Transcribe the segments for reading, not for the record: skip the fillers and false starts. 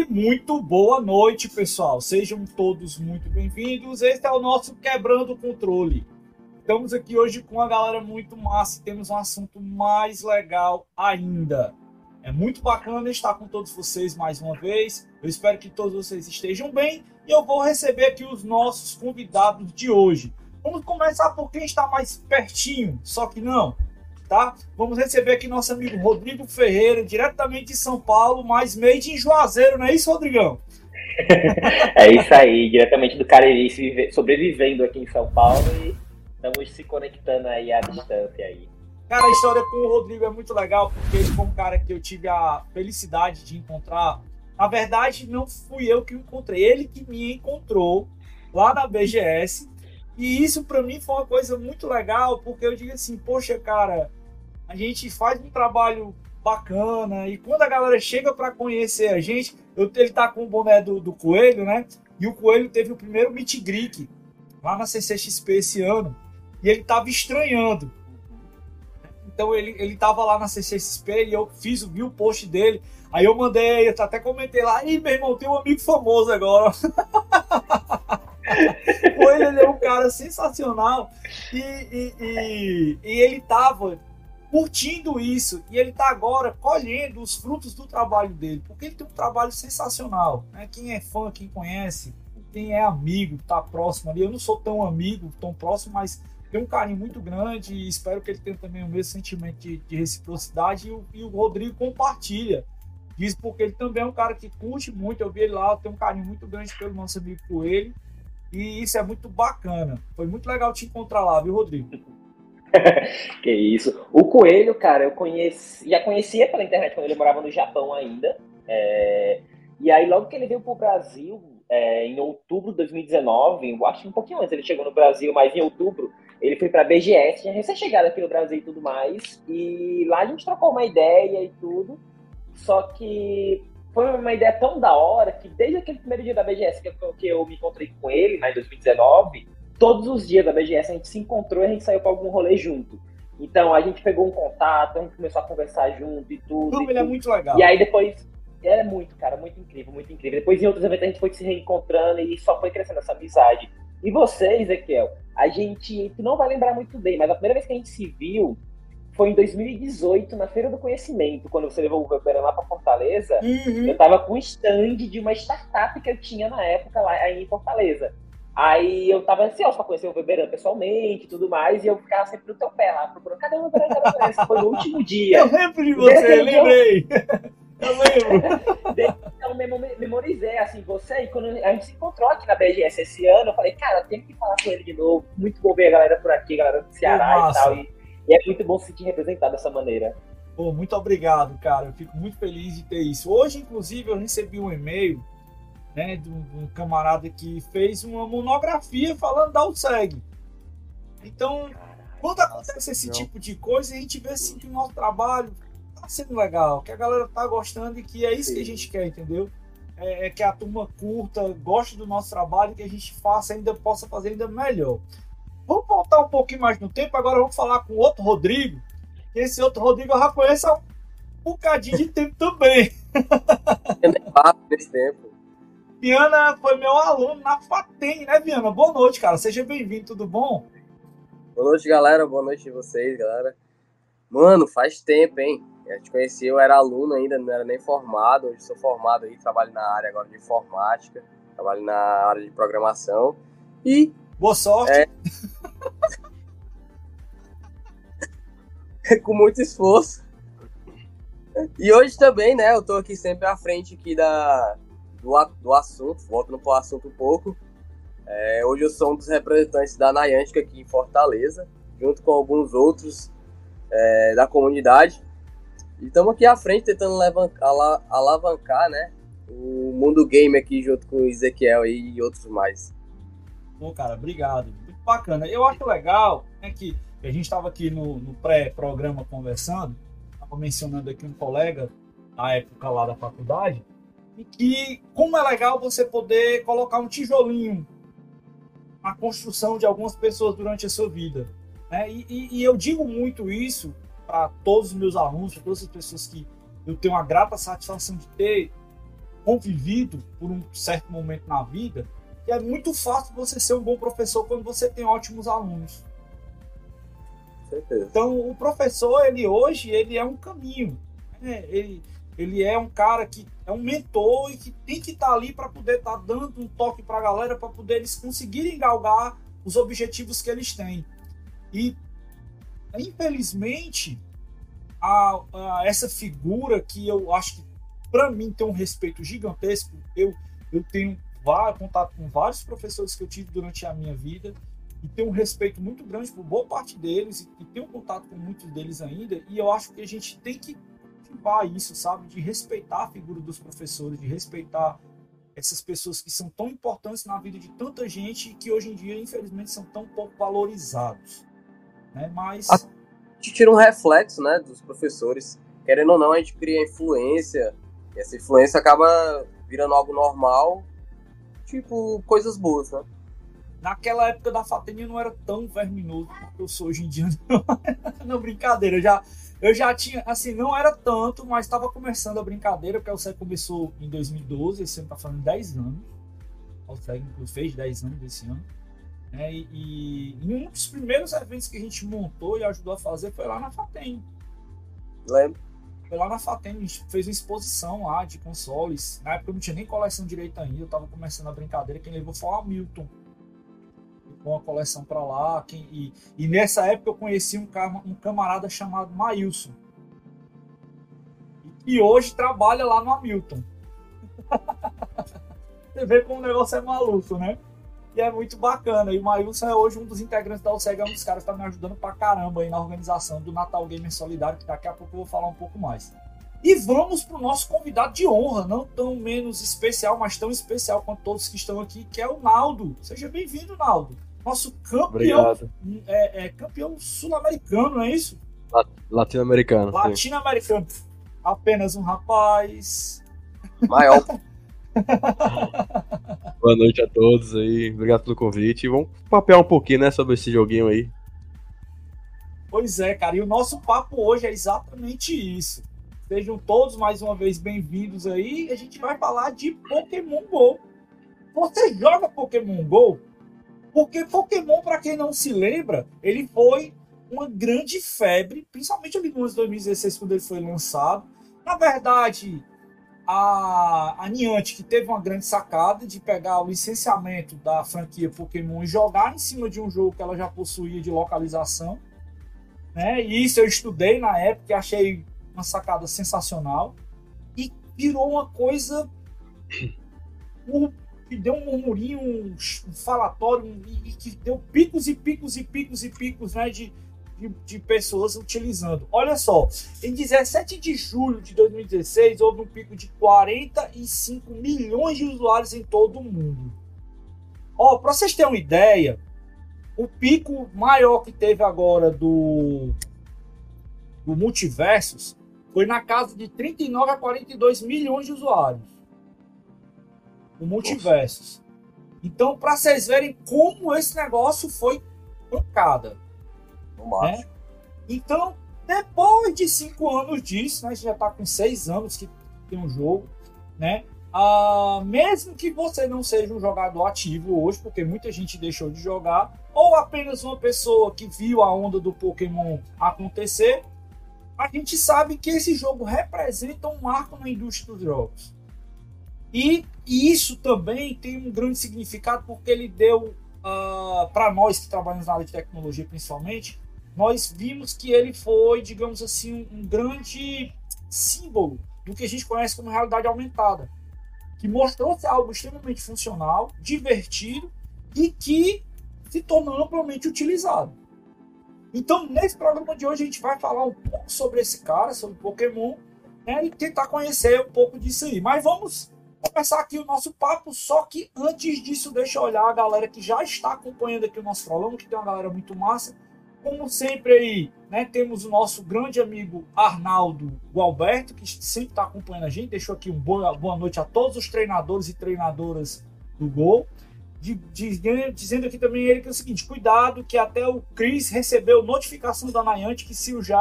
muito boa noite, pessoal. Sejam todos muito bem-vindos. Esse é o nosso Quebrando o Controle. Estamos aqui hoje com uma galera muito massa e temos um assunto mais legal ainda. É muito bacana estar com todos vocês mais uma vez. Eu espero que todos vocês estejam bem e eu vou receber aqui os nossos convidados de hoje. Vamos começar por quem está mais pertinho, só que não, tá? Vamos receber aqui nosso amigo Rodrigo Ferreira, diretamente de São Paulo, mas made em Juazeiro, não é isso, Rodrigão? É isso aí, diretamente do Cariri, sobrevivendo aqui em São Paulo e estamos se conectando aí à distância aí. Cara, a história com o Rodrigo é muito legal, porque ele foi um cara que eu tive a felicidade de encontrar. Na verdade, não fui eu que o encontrei, ele que me encontrou lá na BGS. E isso para mim foi uma coisa muito legal, porque eu digo assim, poxa, cara, a gente faz um trabalho bacana e quando a galera chega para conhecer a gente, ele tá com o boné do Coelho, né? E o Coelho teve o primeiro Meet and Greet lá na CCXP esse ano e ele tava estranhando. Então ele tava lá na CCXP e eu vi o post dele. Aí eu mandei, eu até comentei lá, ih, meu irmão, tem um amigo famoso agora. Ele é um cara sensacional e ele tava curtindo isso. E ele tá agora colhendo os frutos do trabalho dele. Porque ele tem um trabalho sensacional, né? Quem é fã, quem conhece, quem é amigo, tá próximo ali. Eu não sou tão amigo, tão próximo, mas tem um carinho muito grande e espero que ele tenha também o mesmo sentimento de reciprocidade e o Rodrigo compartilha disso, porque ele também é um cara que curte muito, eu vi ele lá, eu tenho um carinho muito grande pelo nosso amigo Coelho e isso é muito bacana, foi muito legal te encontrar lá, viu, Rodrigo? Que isso, o Coelho, cara, eu já conhecia pela internet quando ele morava no Japão ainda, e aí logo que ele veio pro Brasil, em outubro de 2019, eu acho que um pouquinho antes ele chegou no Brasil, mas em outubro ele foi pra BGS, tinha recém-chegado aqui no Brasil e tudo mais, e lá a gente trocou uma ideia e tudo, só que foi uma ideia tão da hora que desde aquele primeiro dia da BGS que eu me encontrei com ele, em 2019, todos os dias da BGS a gente se encontrou e a gente saiu pra algum rolê junto. Então a gente pegou um contato, a gente começou a conversar junto e tudo. Ele é muito legal. E aí depois... É muito, cara, muito incrível, muito incrível. Depois em outros eventos a gente foi se reencontrando e só foi crescendo essa amizade. E você, Ezequiel, tu não vai lembrar muito bem, mas a primeira vez que a gente se viu foi em 2018, na Feira do Conhecimento, quando você levou o Weberan lá pra Fortaleza. Uhum. Eu tava com um stand de uma startup que eu tinha na época lá aí em Fortaleza. Aí eu tava ansioso pra conhecer o Weberan pessoalmente e tudo mais, e eu ficava sempre no teu pé lá, procurando, cadê o Weberan, cadê o Weberan? Esse foi no último dia. Eu lembro de você, lembrei. Eu lembro. Então, memorizei, assim, você, e quando a gente se encontrou aqui na BGS esse ano, eu falei, cara, tem que falar com ele de novo. Muito bom ver a galera por aqui, a galera do Ceará e tal. E é muito bom se sentir representado dessa maneira. Pô, muito obrigado, cara. Eu fico muito feliz de ter isso. Hoje, inclusive, eu recebi um e-mail, né, de um camarada que fez uma monografia falando da USEG. Então, quando acontece esse tipo de coisa, a gente vê assim que o nosso trabalho tá sendo legal, que a galera tá gostando e que é isso que a gente quer, entendeu? É que a turma curta, goste do nosso trabalho e que a gente possa fazer ainda melhor. Vamos voltar um pouquinho mais no tempo, agora vamos falar com outro Rodrigo. Esse outro Rodrigo eu já conheço há um bocadinho de tempo também. Desse tempo. Viana foi meu aluno na FATEM, né, Viana? Boa noite, cara. Seja bem-vindo, tudo bom? Boa noite, galera. Boa noite a vocês, galera. Mano, faz tempo, hein? Eu te conheci, eu era aluno ainda, não era nem formado. Hoje sou formado aí, trabalho na área agora de informática, trabalho na área de programação. E... boa sorte! Com muito esforço. E hoje também, né, eu tô aqui sempre à frente aqui do assunto, voltando pro assunto um pouco. Hoje eu sou um dos representantes da Niantic aqui em Fortaleza, junto com alguns outros da comunidade. E estamos aqui à frente tentando alavancar, né, o mundo game aqui junto com o Ezequiel e outros mais. Pô, cara, obrigado. Muito bacana. Eu acho legal, né, que a gente estava aqui no pré-programa conversando, estava mencionando aqui um colega na época lá da faculdade, e que como é legal você poder colocar um tijolinho na construção de algumas pessoas durante a sua vida, né? E eu digo muito isso para todos os meus alunos, para todas as pessoas que eu tenho uma grata satisfação de ter, convivido por um certo momento na vida, que é muito fácil você ser um bom professor quando você tem ótimos alunos. Certeza. Então, o professor, hoje é um caminho. Né? Ele é um cara que é um mentor e que tem que estar ali para poder estar dando um toque para a galera, para poder eles conseguirem galgar os objetivos que eles têm. E, infelizmente, essa figura que eu acho que, para mim, tem um respeito gigantesco. Eu tenho contato com vários professores que eu tive durante a minha vida e tenho um respeito muito grande por boa parte deles e tenho contato com muitos deles ainda, e eu acho que a gente tem que cultivar isso, sabe? De respeitar a figura dos professores, de respeitar essas pessoas que são tão importantes na vida de tanta gente e que hoje em dia, infelizmente, são tão pouco valorizados. Né? Mas... A gente tira um reflexo, né, dos professores. Querendo ou não, a gente cria influência, e essa influência acaba virando algo normal, tipo, coisas boas, né? Naquela época da FATEM eu não era tão verminoso como eu sou hoje em dia. Não, brincadeira. Eu já tinha, assim, não era tanto, mas estava começando a brincadeira, porque o SEG começou em 2012, esse ano está falando 10 anos. O SEG fez 10 anos desse ano. E um dos primeiros eventos que a gente montou e ajudou a fazer foi lá na FATEM. Lembro. Foi lá na FATEM, a gente fez uma exposição lá de consoles. Na época eu não tinha nem coleção direito ainda, eu estava começando a brincadeira. Quem levou foi o Hamilton, com a coleção para lá. E nessa época eu conheci um camarada chamado Maílson, e hoje trabalha lá no Hamilton. Você vê como o negócio é maluco, né? E é muito bacana. E o Maílson é hoje um dos integrantes da OSEG, é um dos caras que está me ajudando pra caramba aí na organização do Natal Gamer Solidário, que daqui a pouco eu vou falar um pouco mais. E vamos pro nosso convidado de honra, não tão menos especial, mas tão especial quanto todos que estão aqui, que é o Naldo. Seja bem-vindo, Naldo. Nosso campeão, campeão sul-americano, não é isso? Latino-americano. Latino-americano. Apenas um rapaz. Maior. Boa noite a todos aí, obrigado pelo convite. Vamos papear um pouquinho, né, sobre esse joguinho aí. Pois é, cara, e o nosso papo hoje é exatamente isso. Sejam todos mais uma vez bem-vindos aí. A gente vai falar de Pokémon GO. Você joga Pokémon GO? Porque Pokémon, para quem não se lembra, ele foi uma grande febre, principalmente ali no ano de 2016, quando ele foi lançado. Na verdade, a Niantic, que teve uma grande sacada de pegar o licenciamento da franquia Pokémon e jogar em cima de um jogo que ela já possuía de localização. Né? E isso eu estudei na época e achei uma sacada sensacional. E virou uma coisa que deu um murmurinho, um falatório, e que deu picos e picos e picos e picos, né, de pessoas utilizando. Olha só, em 17 de julho de 2016, houve um pico de 45 milhões de usuários em todo o mundo. Ó, para vocês terem uma ideia, o pico maior que teve agora do Multiversus foi na casa de 39 a 42 milhões de usuários. O Multiversus. Então, para vocês verem como esse negócio foi pancada. Né? Então, depois de 5 anos disso, né, a gente já está com 6 anos que tem um jogo, né? Mesmo que você não seja um jogador ativo hoje, porque muita gente deixou de jogar, ou apenas uma pessoa que viu a onda do Pokémon acontecer, a gente sabe que esse jogo representa um marco na indústria dos jogos. E isso também tem um grande significado, porque ele deu, para nós que trabalhamos na área de tecnologia principalmente, nós vimos que ele foi, digamos assim, um grande símbolo do que a gente conhece como realidade aumentada, que mostrou ser algo extremamente funcional, divertido e que se tornou amplamente utilizado. Então, nesse programa de hoje, a gente vai falar um pouco sobre esse cara, sobre Pokémon, né, e tentar conhecer um pouco disso aí. Mas vamos começar aqui o nosso papo, só que antes disso, deixa eu olhar a galera que já está acompanhando aqui o nosso programa, que tem uma galera muito massa. Como sempre aí, né, temos o nosso grande amigo Arnaldo Gualberto, que sempre está acompanhando a gente. Deixou aqui boa noite a todos os treinadores e treinadoras do Gol. Dizendo aqui também ele que é o seguinte: cuidado, que até o Chris recebeu notificação da Niantic que se já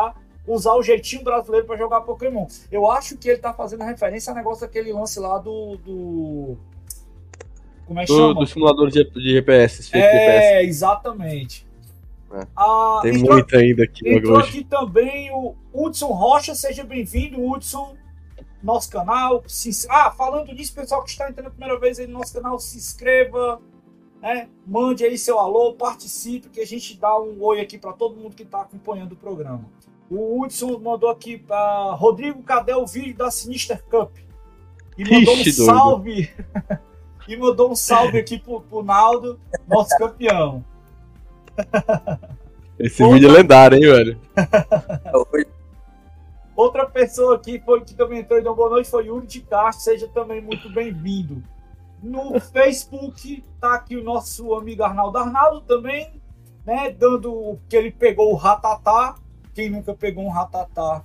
usar o jeitinho brasileiro para jogar Pokémon. Eu acho que ele tá fazendo referência ao negócio daquele lance lá do como é que chama? Do simulador de GPS. Exatamente. Tem muito ainda aqui entrou hoje. Aqui também o Hudson Rocha, seja bem-vindo, Hudson, nosso canal. Falando nisso, pessoal que está entrando a primeira vez aí no nosso canal, se inscreva, né? Mande aí seu alô, participe, que a gente dá um oi aqui para todo mundo que está acompanhando o programa. O Hudson mandou aqui para Rodrigo, cadê o vídeo da Sinister Cup? E mandou um salve. E mandou um salve aqui pro Naldo, nosso campeão. Esse vídeo é lendário, hein, velho? Outra pessoa aqui que também entrou e deu boa noite foi Yuri de Castro, seja também muito bem-vindo. No Facebook tá aqui o nosso amigo Arnaldo também, né, dando que ele pegou o Ratatá. Quem nunca pegou um Ratatá?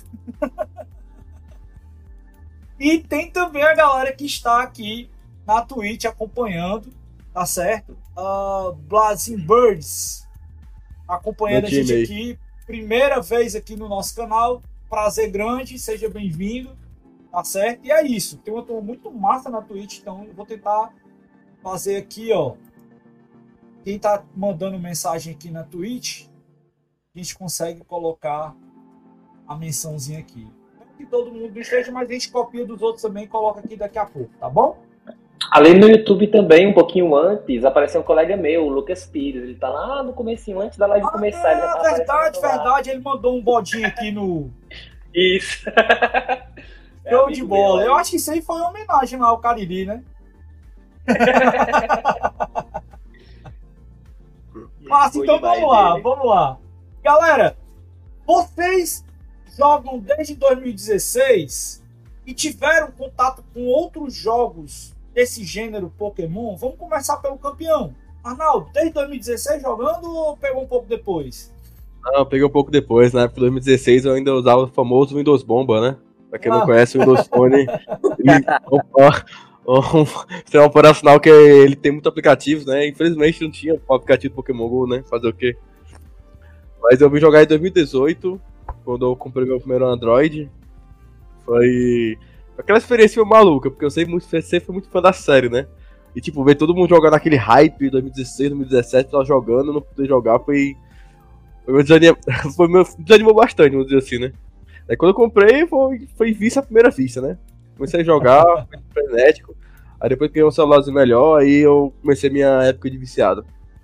E tem também a galera que está aqui na Twitch acompanhando, tá certo? Blazing Birds acompanhando a gente aqui, primeira vez aqui no nosso canal, prazer grande, seja bem-vindo, tá certo? E é isso, tem uma turma muito massa na Twitch, então eu vou tentar fazer aqui, ó, quem tá mandando mensagem aqui na Twitch, a gente consegue colocar a mençãozinha aqui. Não que todo mundo esteja, mas a gente copia dos outros também e coloca aqui daqui a pouco, tá bom? Além no YouTube também, um pouquinho antes, apareceu um colega meu, o Lucas Pires. Ele tá lá no comecinho, antes da live começar. Ele já tá verdade. Ele mandou um bodinho aqui no... Isso. Show de bola. Eu acho que isso aí foi uma homenagem lá ao Cariri, né? Mas então vamos lá. Galera, vocês jogam desde 2016 e tiveram contato com outros jogos desse gênero Pokémon? Vamos começar pelo campeão. Arnaldo, desde 2016 jogando ou pegou um pouco depois? Não, eu peguei um pouco depois, né? Em 2016 eu ainda usava o famoso Windows Bomba, né? Pra quem não conhece o Windows Phone, é um operacional que ele tem muitos aplicativos, né? Infelizmente não tinha o aplicativo do Pokémon GO, né? Fazer o quê? Mas eu vim jogar em 2018, quando eu comprei meu primeiro Android. Foi aquela experiência maluca, porque eu sempre fui muito fã da série, né? E tipo, ver todo mundo jogando aquele hype 2016, 2017, tava jogando, não poder jogar, me desanimou bastante, vamos dizer assim, né? Aí quando eu comprei, foi vista à primeira vista, né? Comecei a jogar, foi frenético. Aí depois que ganhei um celularzinho melhor, aí eu comecei minha época de viciado.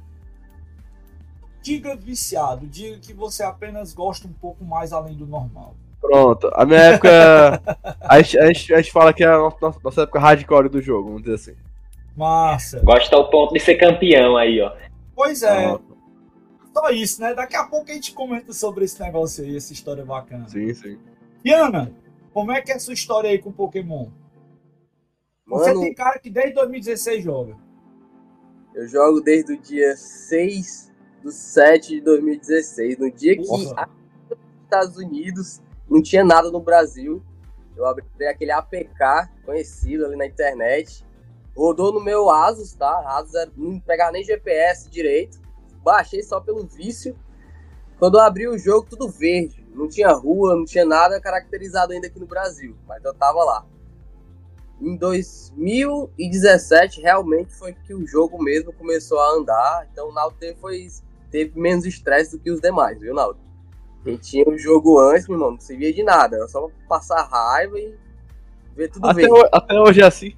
Diga viciado, diga que você apenas gosta um pouco mais além do normal. Pronto, a minha época. a gente fala que é a nossa época hardcore do jogo, vamos dizer assim. Massa. Gosta ao ponto de ser campeão aí, ó. Pois é. Só isso, né? Daqui a pouco a gente comenta sobre esse negócio aí, essa história bacana. Sim. Diana, como é que é a sua história aí com Pokémon? Você tem cara que desde 2016 joga. Eu jogo desde o dia 6/7 de 2016. No dia que nos Estados Unidos não tinha nada no Brasil. Eu abri aquele APK conhecido ali na internet. Rodou no meu Asus, tá? Asus não pegava nem GPS direito. Baixei só pelo vício. Quando eu abri o jogo, tudo verde. Não tinha rua, não tinha nada caracterizado ainda aqui no Brasil. Mas eu tava lá. Em 2017, realmente foi que o jogo mesmo começou a andar. Então o Naldo teve menos estresse do que os demais, viu, Naldo? Quem tinha o jogo antes, meu irmão, não servia de nada. Era só passar raiva e ver tudo verde. Até hoje é assim.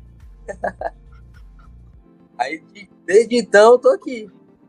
Aí, desde então, eu tô aqui.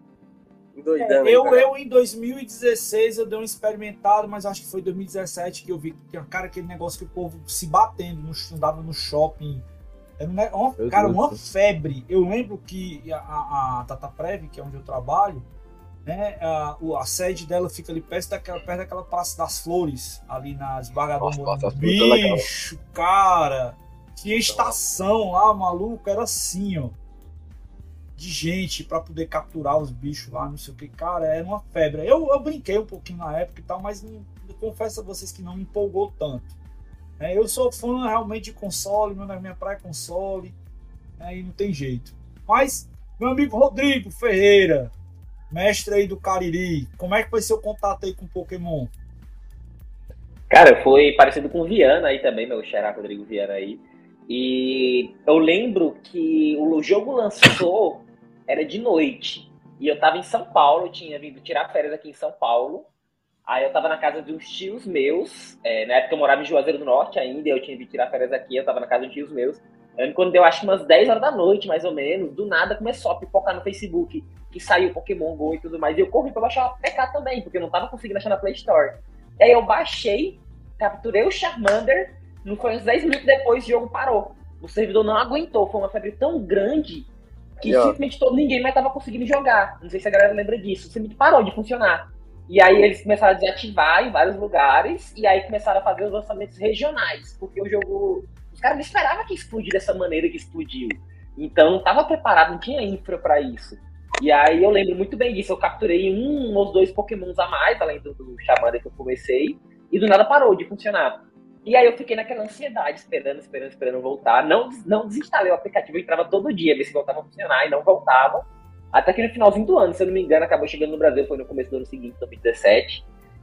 Eu em 2016 eu dei um experimentado, mas acho que foi 2017 que eu vi que aquele negócio que o povo se batendo, andava no shopping. Era uma febre. Eu lembro que a Dataprev, que é onde eu trabalho, né, a sede dela fica ali perto daquela Praça das Flores, ali na Desembargador. Bicho, cara, tinha estação lá, maluco, era assim, ó, de gente pra poder capturar os bichos lá, não sei o que, cara, era uma febre. Eu brinquei um pouquinho na época e tal, mas eu confesso a vocês que não me empolgou tanto. Eu sou fã realmente de console, minha praia é console, e não tem jeito. Mas, meu amigo Rodrigo Ferreira, mestre aí do Cariri, como é que foi seu contato aí com Pokémon? Cara, foi parecido com o Viana aí também, meu xará Rodrigo Viana aí. E eu lembro que o jogo lançou, era de noite. E eu tava em São Paulo, eu tinha vindo tirar férias aqui em São Paulo. Aí eu tava na casa de uns tios meus, na época eu morava em Juazeiro do Norte ainda, eu tinha vindo tirar férias aqui, eu tava na casa de tios meus. Eu lembro quando deu, acho que umas 10 horas da noite, mais ou menos, do nada começou a pipocar no Facebook, que saiu Pokémon GO e tudo mais. E eu corri pra baixar o PK também, porque eu não tava conseguindo achar na Play Store. E aí eu baixei, capturei o Charmander, não foi uns 10 minutos depois o jogo parou. O servidor não aguentou, foi uma febre tão grande que simplesmente ninguém mais tava conseguindo jogar. Não sei se a galera lembra disso, simplesmente parou de funcionar. E aí eles começaram a desativar em vários lugares, e aí começaram a fazer os lançamentos regionais, porque o jogo... Os caras não esperavam que explodir dessa maneira que explodiu. Então não estava preparado, não tinha infra para isso. E aí eu lembro muito bem disso, eu capturei um ou dois Pokémons a mais, além do Charmander que eu comecei, e do nada parou de funcionar. E aí eu fiquei naquela ansiedade, esperando voltar. Não desinstalei o aplicativo, eu entrava todo dia, ver se voltava a funcionar, e não voltava. Até que no finalzinho do ano, se eu não me engano, acabou chegando no Brasil, foi no começo do ano seguinte, 2017.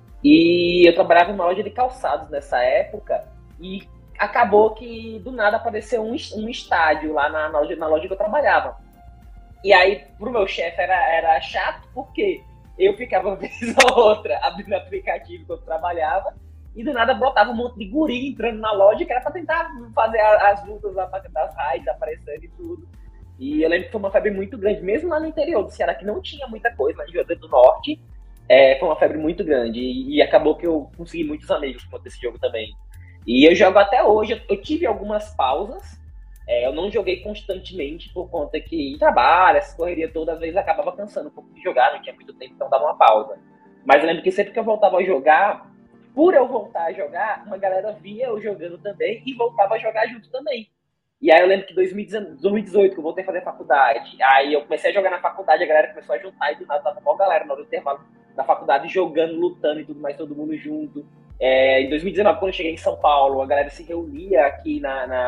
E eu trabalhava em uma loja de calçados nessa época, e acabou que do nada apareceu um estádio lá na loja que eu trabalhava. E aí, pro meu chefe era chato, porque eu ficava uma vez ou outra abrindo o aplicativo quando eu trabalhava, e do nada brotava um monte de guri entrando na loja, que era pra tentar fazer as lutas lá, das raids aparecendo e tudo. E eu lembro que foi uma febre muito grande, mesmo lá no interior do Ceará, que não tinha muita coisa, lá em Juazeiro do Norte, foi uma febre muito grande. E acabou que eu consegui muitos amigos por conta desse jogo também. E eu jogo até hoje, eu tive algumas pausas, eu não joguei constantemente por conta que trabalho, essa correria toda, às vezes acabava cansando um pouco de jogar, não tinha muito tempo, então dava uma pausa. Mas eu lembro que sempre que eu voltava a jogar, por eu voltar a jogar, uma galera via eu jogando também e voltava a jogar junto também. E aí eu lembro que em 2018, que eu voltei a fazer faculdade, aí eu comecei a jogar na faculdade, a galera começou a juntar e do nada tava com a galera na hora do intervalo da faculdade jogando, lutando e tudo mais, todo mundo junto. Em 2019, quando eu cheguei em São Paulo, a galera se reunia aqui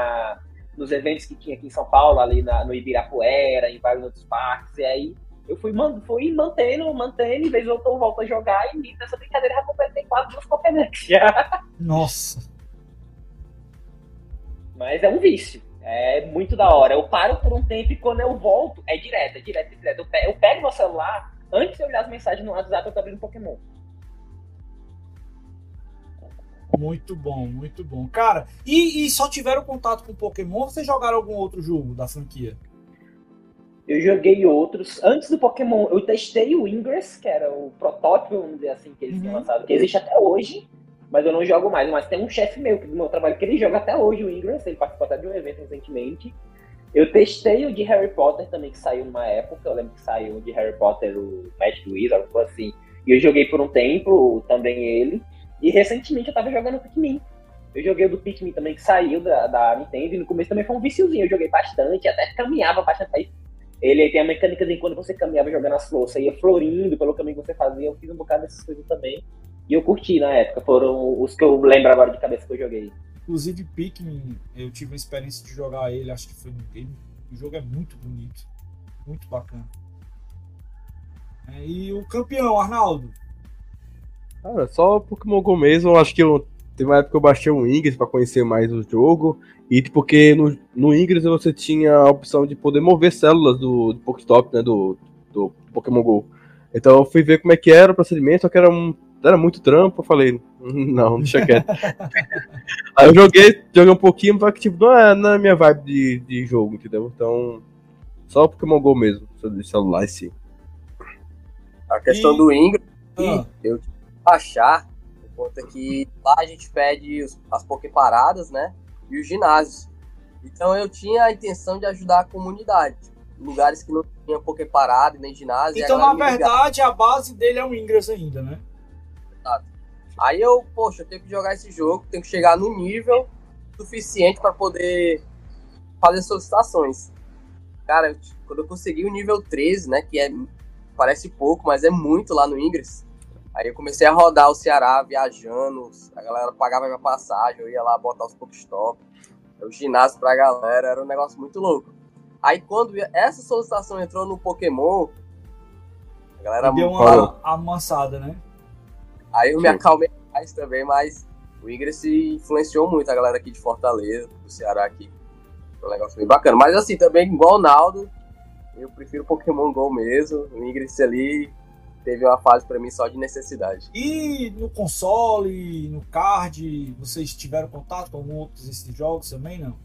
nos eventos que tinha aqui em São Paulo, ali no Ibirapuera, em vários outros parques, e aí eu fui mantendo, e vez ou outra eu volto a jogar, e nessa brincadeira já completei quase 2 Pokédex já. Nossa! Mas é um vício. É muito da hora. Eu paro por um tempo e quando eu volto, é direto. Eu pego meu celular, antes de eu olhar as mensagens no WhatsApp, eu tô abrindo Pokémon. Muito bom, muito bom. Cara, e só tiveram contato com Pokémon ou vocês jogaram algum outro jogo da franquia? Eu joguei outros. Antes do Pokémon, eu testei o Ingress, que era o protótipo, vamos dizer assim, que eles tinham lançado, que existe até hoje. Mas eu não jogo mais. Mas tem um chefe meu do meu trabalho que ele joga até hoje o Ingress. Ele participou até de um evento recentemente. Eu testei o de Harry Potter também, que saiu numa época. Eu lembro que saiu o de Harry Potter, o Magic Wizard, algo assim. E eu joguei por um tempo também ele. E recentemente eu tava jogando o Pikmin. Eu joguei o do Pikmin também, que saiu da Nintendo. E no começo também foi um viciozinho. Eu joguei bastante, até caminhava bastante. Ele tem a mecânica de quando você caminhava jogando as flores, você ia florindo pelo caminho que você fazia. Eu fiz um bocado dessas coisas também. E eu curti na época, foram os que eu lembro agora de cabeça que eu joguei. Inclusive, Pikmin, eu tive a experiência de jogar ele, acho que foi no game. O jogo é muito bonito, muito bacana. E o campeão, Arnaldo? Cara, só Pokémon GO mesmo, eu acho que teve uma época que eu baixei o Ingress pra conhecer mais o jogo. E porque no Ingress você tinha a opção de poder mover células do Pokéstop, né, do Pokémon GO. Então eu fui ver como é que era o procedimento, só que era muito trampo, eu falei, não, deixa quieto. Aí eu joguei um pouquinho, mas que tipo, não é minha vibe de jogo, entendeu? Então, só Pokémon GO mesmo, de celular em si. A questão do Ingress, eu tive que baixar, por conta que lá a gente pede as Poképaradas, né, e os ginásios. Então eu tinha a intenção de ajudar a comunidade, lugares que não tinha Poképarada nem ginásio. Então, na verdade, a base dele é o Ingress ainda, né? Aí eu tenho que jogar esse jogo, tenho que chegar no nível suficiente para poder fazer solicitações. Cara, quando eu consegui o nível 13, né, que parece pouco, mas é muito lá no Ingress, aí eu comecei a rodar o Ceará viajando, a galera pagava minha passagem, eu ia lá botar os Pokéstop, o ginásio pra galera, era um negócio muito louco. Aí quando essa solicitação entrou no Pokémon, a galera deu uma amansada, né? Aí eu me acalmei mais também, mas O Ingress influenciou muito a galera aqui de Fortaleza, do Ceará aqui. Foi um negócio bem bacana. Mas assim, também, igual o Naldo, eu prefiro Pokémon GO mesmo. O Ingress ali teve uma fase pra mim só de necessidade. E no console, no card, vocês tiveram contato com algum outros desses jogos também, não?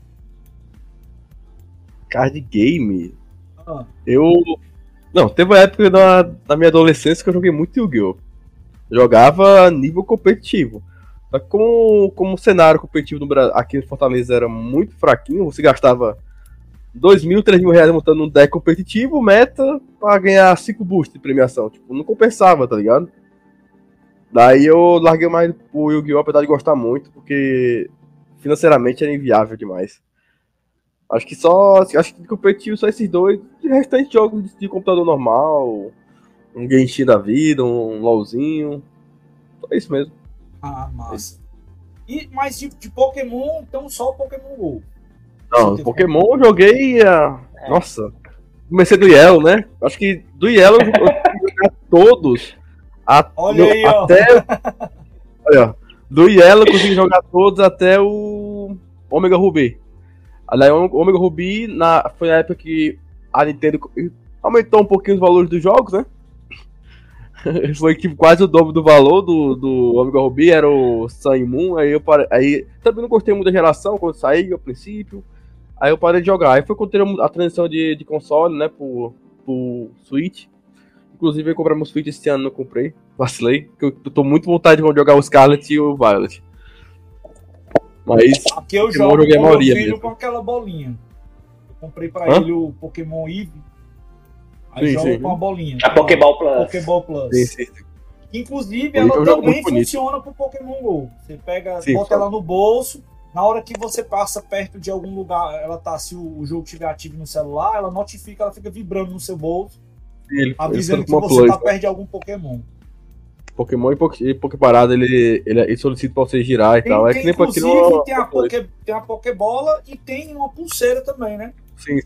Card game? Ah, Não, teve uma época na minha adolescência que eu joguei muito Yu-Gi-Oh! Jogava nível competitivo. Só que como o cenário competitivo aqui em Fortaleza era muito fraquinho, você gastava 2.000, 3.000 reais montando um deck competitivo, meta, pra ganhar 5 boosts de premiação. Tipo, não compensava, tá ligado? Daí eu larguei mais pro Yu-Gi-Oh! Apesar de gostar muito, porque financeiramente era inviável demais. Acho que de competitivo só esses dois. De restante jogos de computador normal, um Genshin da vida, um LOLzinho. Só isso mesmo. massa. Mas de Pokémon, então só o Pokémon GO. Não, Pokémon eu joguei. Nossa, comecei do Yellow, né? Acho que do Yellow eu consegui jogar todos. Olha aí, ó. Olha, do Yellow eu consegui jogar todos até o Omega Ruby. Aí o Omega Ruby foi na época que a Nintendo aumentou um pouquinho os valores dos jogos, né? Foi tipo, quase o dobro do valor do Omega Ruby, era o Sun e Moon. Aí também não gostei muito da geração quando saiu a princípio. Aí eu parei de jogar. Aí foi quando teve a transição de console, né, pro Switch. Inclusive eu comprei meu Switch esse ano, não comprei. Vacilei, porque eu tô muito vontade de jogar o Scarlet e o Violet. Mas aqui eu Pokémon jogo joguei com a meu maioria filho mesmo. com aquela bolinha. Eu comprei pra ele o Pokémon Eevee. Aí joga com a bolinha. A Pokéball Plus. Pokéball Plus. Sim. Inclusive, Eu ela jogo também muito bonito. funciona pro Pokémon GO. Você pega, Sim, bota ela no bolso. Na hora que você passa perto de algum lugar, se o jogo estiver ativo no celular, ela notifica, ela fica vibrando no seu bolso, avisando que você tá perto de algum Pokémon. Pokémon e Poképarada, ele solicita pra você girar e tal. É que nem inclusive, tem a Pokébola e tem uma pulseira também, né? Sim.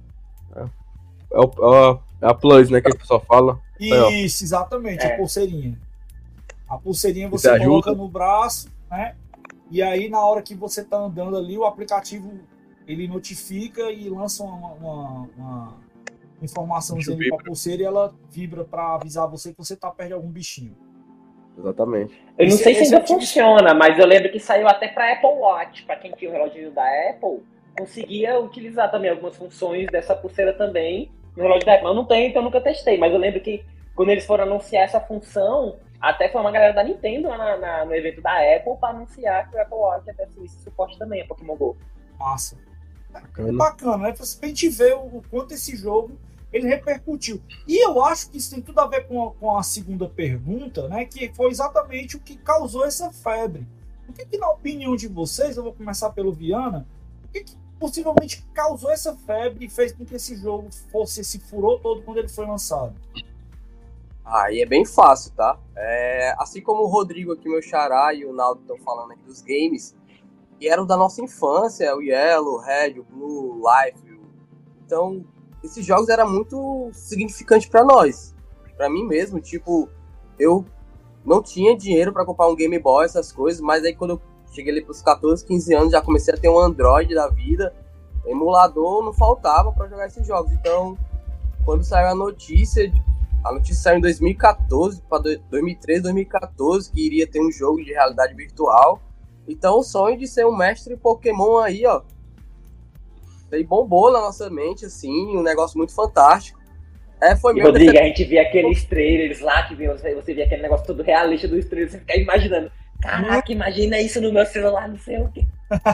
É a Plus, né, que a pessoa fala. Isso, exatamente, a pulseirinha. A pulseirinha você coloca no braço, né? E aí, na hora que você tá andando ali, o aplicativo, ele notifica e lança uma informaçãozinha ali pra pulseira e ela vibra pra avisar você que você tá perto de algum bichinho. Exatamente. Eu não sei se ainda funciona, mas eu lembro que saiu até pra Apple Watch. Pra quem tinha o relógio da Apple, conseguia utilizar também algumas funções dessa pulseira também no relógio da Apple. Eu não tenho, então eu nunca testei, mas eu lembro que quando eles foram anunciar essa função, até foi uma galera da Nintendo no evento da Apple para anunciar que o Apple Watch até esse suporte também a Pokémon GO. Massa. É bacana, né? Pra gente ver o quanto esse jogo ele repercutiu. E eu acho que isso tem tudo a ver com a segunda pergunta, né? Que foi exatamente o que causou essa febre. O que na opinião de vocês, eu vou começar pelo Viana, o que possivelmente causou essa febre e fez com que esse jogo fosse esse furor todo quando ele foi lançado? Aí é bem fácil, tá? Assim como o Rodrigo aqui, meu xará, e o Naldo estão falando aqui dos games, que eram da nossa infância, o Yellow, o Red, o Blue, o Life. Então, esses jogos eram muito significantes pra nós. Pra mim mesmo, tipo, eu não tinha dinheiro pra comprar um Game Boy, essas coisas, mas aí quando eu cheguei ali pros 14, 15 anos, já comecei a ter um Android da vida, emulador não faltava pra jogar esses jogos. Então, quando saiu a notícia saiu em 2014, para 2013, 2014, que iria ter um jogo de realidade virtual. Então o sonho de ser um mestre Pokémon aí, ó, ele bombou na nossa mente, assim, um negócio muito fantástico. Foi e Rodrigo, a gente via aqueles trailers lá, que você via aquele negócio todo realista dos trailers, você fica imaginando, caraca, imagina isso no meu celular, não sei o quê.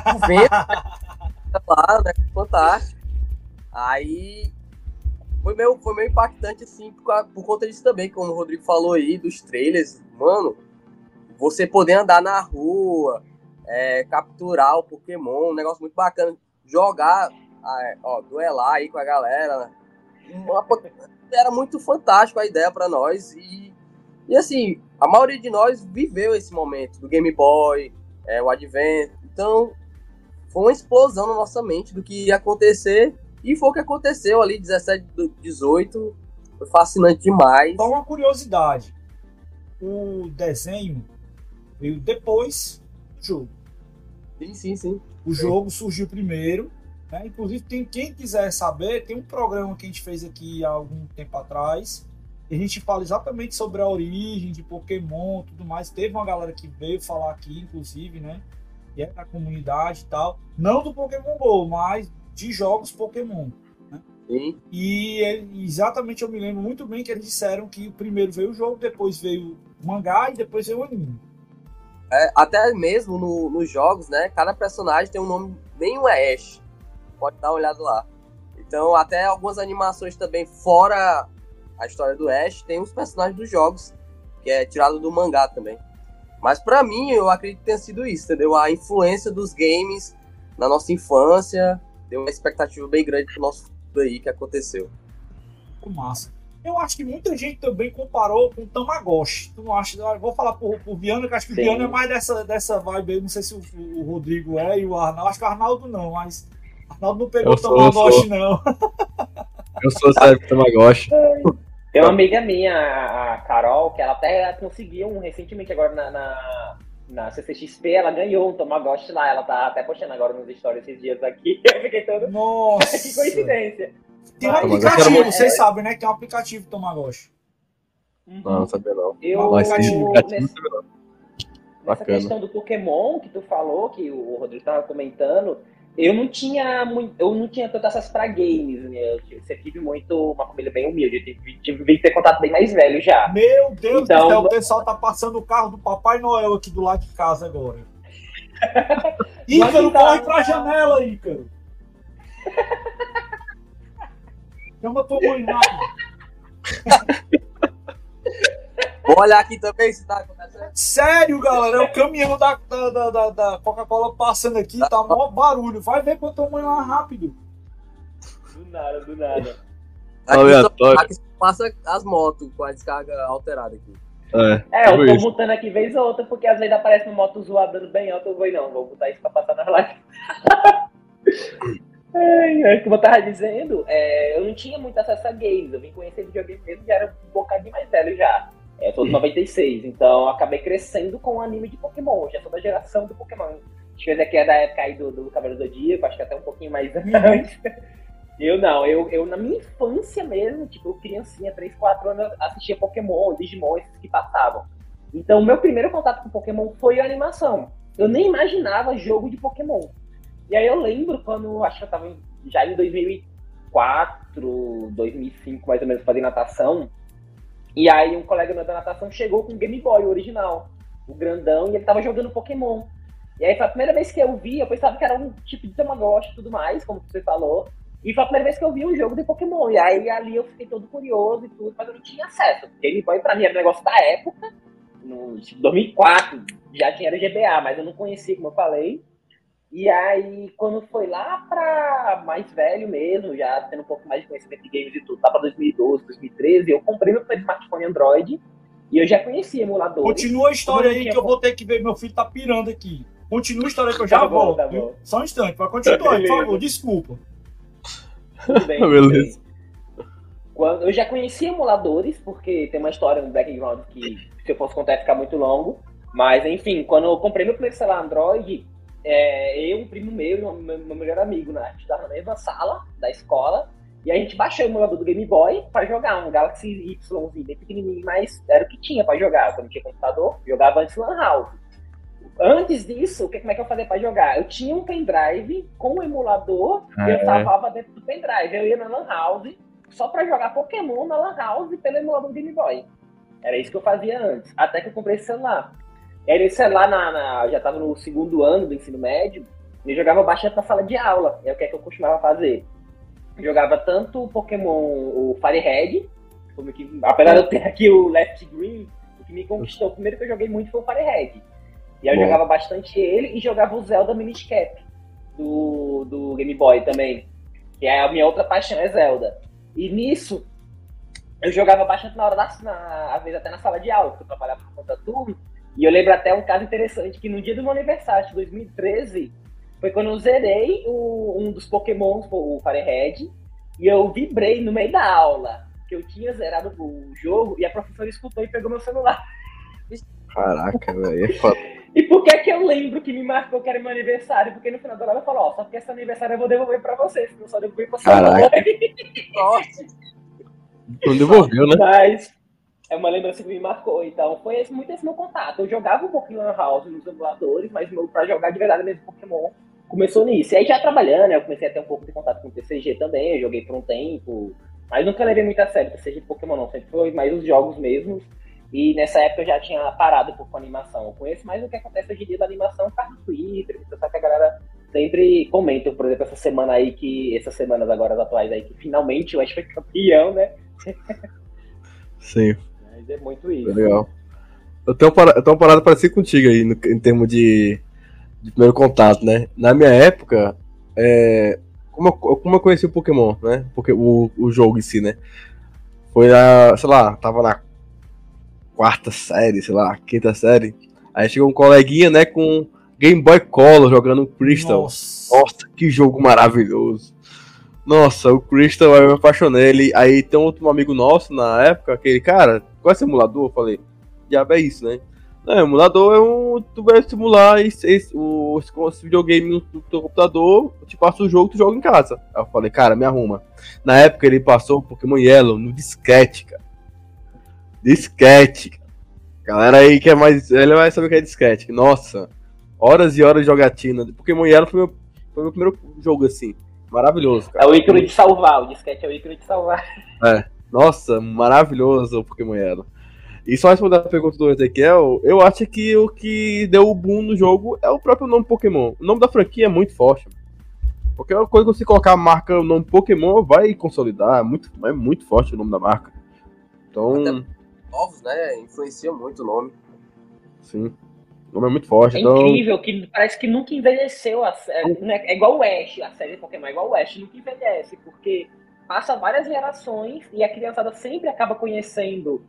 Lá, né, fantástico. Aí foi meio impactante, assim, por conta disso também, como o Rodrigo falou aí, dos trailers. Mano, você poder andar na rua, capturar o Pokémon, um negócio muito bacana. Jogar, duelar aí com a galera. Era muito fantástico a ideia pra nós. E assim, a maioria de nós viveu esse momento do Game Boy, o Advance. Então, foi uma explosão na nossa mente do que ia acontecer. E foi o que aconteceu ali, 17, 18, foi fascinante demais. Só uma curiosidade, o desenho veio depois do do jogo. Sim. O jogo surgiu primeiro, né? Inclusive, quem quiser saber, tem um programa que a gente fez aqui há algum tempo atrás, e a gente fala exatamente sobre a origem de Pokémon e tudo mais. Teve uma galera que veio falar aqui, inclusive, né? E é da comunidade e tal. Não do Pokémon GO, mas de jogos Pokémon. Né? Sim. E exatamente eu me lembro muito bem que eles disseram que primeiro veio o jogo, depois veio o mangá e depois veio o anime. Até mesmo nos jogos, né? Cada personagem tem um nome bem Ash. Pode dar uma olhada lá. Então, até algumas animações também, fora a história do Ash, tem os personagens dos jogos, que é tirado do mangá também. Mas pra mim, eu acredito que tenha sido isso, entendeu? A influência dos games na nossa infância deu uma expectativa bem grande pro nosso futuro aí que aconteceu. Massa. Eu acho que muita gente também comparou com o Tamagotchi. Tu não acha? Eu vou falar por Viana, que acho que o Viana é mais dessa vibe aí. Não sei se o Rodrigo e o Arnaldo. Acho que o Arnaldo não, mas o Arnaldo não pegou o Tamagotchi, não. Eu sou sério pro Tamagotchi. Tem uma amiga minha, a Carol, que ela até conseguiu recentemente agora na CCXP, ela ganhou um Tamagotchi lá. Ela tá até postando agora nos stories esses dias aqui. Eu fiquei todo... Nossa! Que coincidência! Tem um aplicativo, vocês sabem, né? Que tem um aplicativo Tamagotchi. Não sabia não. Nessa questão do Pokémon que tu falou, que o Rodrigo tava comentando, eu não tinha tanto essas pra games, né? Eu sempre tive uma família bem humilde, eu tive que ter contato bem mais velho já. Meu Deus do céu, o pessoal tá passando o carro do Papai Noel aqui do lado de casa agora. Ícaro, corre pra janela, Ícaro. Chama tua mãe rápido. Vou olhar aqui também se tá acontecendo. Sério, galera, é o caminhão da Coca-Cola passando aqui, tá mó barulho. Vai ver com a tua mãe lá rápido. Do nada. Aqui passa as motos com a descarga alterada aqui. Eu tô mutando aqui vez ou outra, porque às vezes aparece uma moto zoada dando bem alto, eu vou botar isso pra passar na live. Como eu tava dizendo, eu não tinha muito acesso a games, eu vim conhecer videogame mesmo, já era um bocadinho mais velho já. Eu sou de 96, então eu acabei crescendo com o anime de Pokémon, já sou da geração do Pokémon. Acho que aqui é da época aí do Cavaleiro do Zodíaco, acho que até um pouquinho mais antes. Eu na minha infância mesmo, tipo, criancinha, 3, 4 anos, assistia Pokémon, Digimon, esses que passavam. Então, o meu primeiro contato com Pokémon foi a animação. Eu nem imaginava jogo de Pokémon. E aí eu lembro quando, acho que eu tava já em 2004, 2005, mais ou menos, fazendo natação. E aí um colega meu da natação chegou com o Game Boy original, o grandão, e ele tava jogando Pokémon. E aí foi a primeira vez que eu vi, eu pensava que era um tipo de Tamagotchi e tudo mais, como você falou. E foi a primeira vez que eu vi um jogo de Pokémon. E aí ali eu fiquei todo curioso e tudo, mas eu não tinha acesso. Game Boy pra mim era um negócio da época, no 2004, já tinha GBA, mas eu não conhecia, como eu falei. E aí, quando foi lá pra mais velho mesmo, já tendo um pouco mais de conhecimento de games e tudo, lá pra 2012, 2013, eu comprei meu primeiro smartphone Android e eu já conhecia emuladores. Continua a história aí que eu vou ter que ver, meu filho tá pirando aqui. Continua a história que eu já volto. Tá bom. Só um instante, vai continuar, por favor, desculpa. Tudo bem. Beleza. Eu já conhecia emuladores, porque tem uma história, um background que, se eu fosse contar, ia ficar muito longo. Mas, enfim, quando eu comprei meu primeiro celular Android, eu, um primo meu e meu melhor amigo, né? A gente estava na mesma sala da escola, e a gente baixou o emulador do Game Boy para jogar um Galaxy Y bem pequenininho, mas era o que tinha para jogar. Quando tinha computador, jogava antes Lan House. Antes disso, como é que eu fazia para jogar? Eu tinha um pendrive com o emulador e eu salvava dentro do pendrive. Eu ia na Lan House só para jogar Pokémon na Lan House pelo emulador do Game Boy. Era isso que eu fazia antes, até que eu comprei esse celular. E aí, esse celular, já estava no segundo ano do ensino médio, e eu jogava bastante na sala de aula. É o que eu costumava fazer. Eu jogava tanto o Pokémon, o Firehead, apesar de eu ter aqui o Left Green, o que me conquistou, o primeiro que eu joguei muito foi o Firehead. E aí eu jogava bastante ele, e jogava o Zelda Minish Cap, do Game Boy também. Que é a minha outra paixão, é Zelda. E nisso, eu jogava bastante na hora às vezes até na sala de aula, porque eu trabalhava por conta turno. E eu lembro até um caso interessante, que no dia do meu aniversário de 2013, foi quando eu zerei um dos Pokémons, o Firehead, e eu vibrei no meio da aula, que eu tinha zerado o jogo, e a professora escutou e pegou meu celular. Caraca, velho, é foda. E por que eu lembro que me marcou que era meu aniversário? Porque no final da hora ela falou, só porque esse aniversário eu vou devolver pra você, senão eu só devolver pra sua mãe. Sorte. Não devolveu, né? Mas é uma lembrança que me marcou. Então foi muito esse meu contato. Eu jogava um pouquinho Lan House nos emuladores, mas pra jogar de verdade mesmo Pokémon começou nisso. E aí já trabalhando, eu comecei a ter um pouco de contato com o TCG também, eu joguei por um tempo, mas nunca levei muito a sério o TCG de Pokémon não, sempre foi mais os jogos mesmos. E nessa época eu já tinha parado um pouco com a animação. Eu conheço mais o que acontece hoje em dia da animação por causa do Twitter, só que a galera sempre comenta, por exemplo, essas semanas agora atuais aí, que finalmente o Ash foi campeão, né? Sim. Mas é muito isso. Legal. Eu tenho uma parada parecida contigo aí, em termos de primeiro contato, né? Na minha época, como eu conheci o Pokémon, né? Porque o jogo em si, né? Foi sei lá, tava na quarta série, sei lá, quinta série. Aí chegou um coleguinha, né, com Game Boy Color jogando Crystal. Nossa, que jogo maravilhoso. Nossa, o Crystal, eu me apaixonei. Aí tem outro amigo nosso na época, aquele cara, qual é esse emulador? Eu falei, diabo é isso, né? Não, emulador tu vai simular esse videogame no teu computador, eu te passo o jogo, tu joga em casa. Aí eu falei, cara, me arruma. Na época ele passou o Pokémon Yellow no disquete, cara. Disquete. Galera aí que é mais. Ele vai saber o que é disquete. Nossa, horas e horas de jogatina. Pokémon Yellow foi meu primeiro jogo assim. Maravilhoso, cara. É o ícone de salvar, o disquete é o ícone de salvar. Nossa, maravilhoso o Pokémon Yellow. E só respondendo a pergunta do Ezequiel, eu acho que o que deu o boom no jogo é o próprio nome Pokémon. O nome da franquia é muito forte. Porque é uma coisa que você colocar a marca, o nome Pokémon, vai consolidar. É muito forte o nome da marca. Então. Até novos, né? Influencia muito o nome. Sim. O nome é muito forte. É então... incrível, que parece que nunca envelheceu. É igual o Ash, a série de Pokémon é igual o Ash, nunca envelhece, porque passa várias gerações e a criançada sempre acaba conhecendo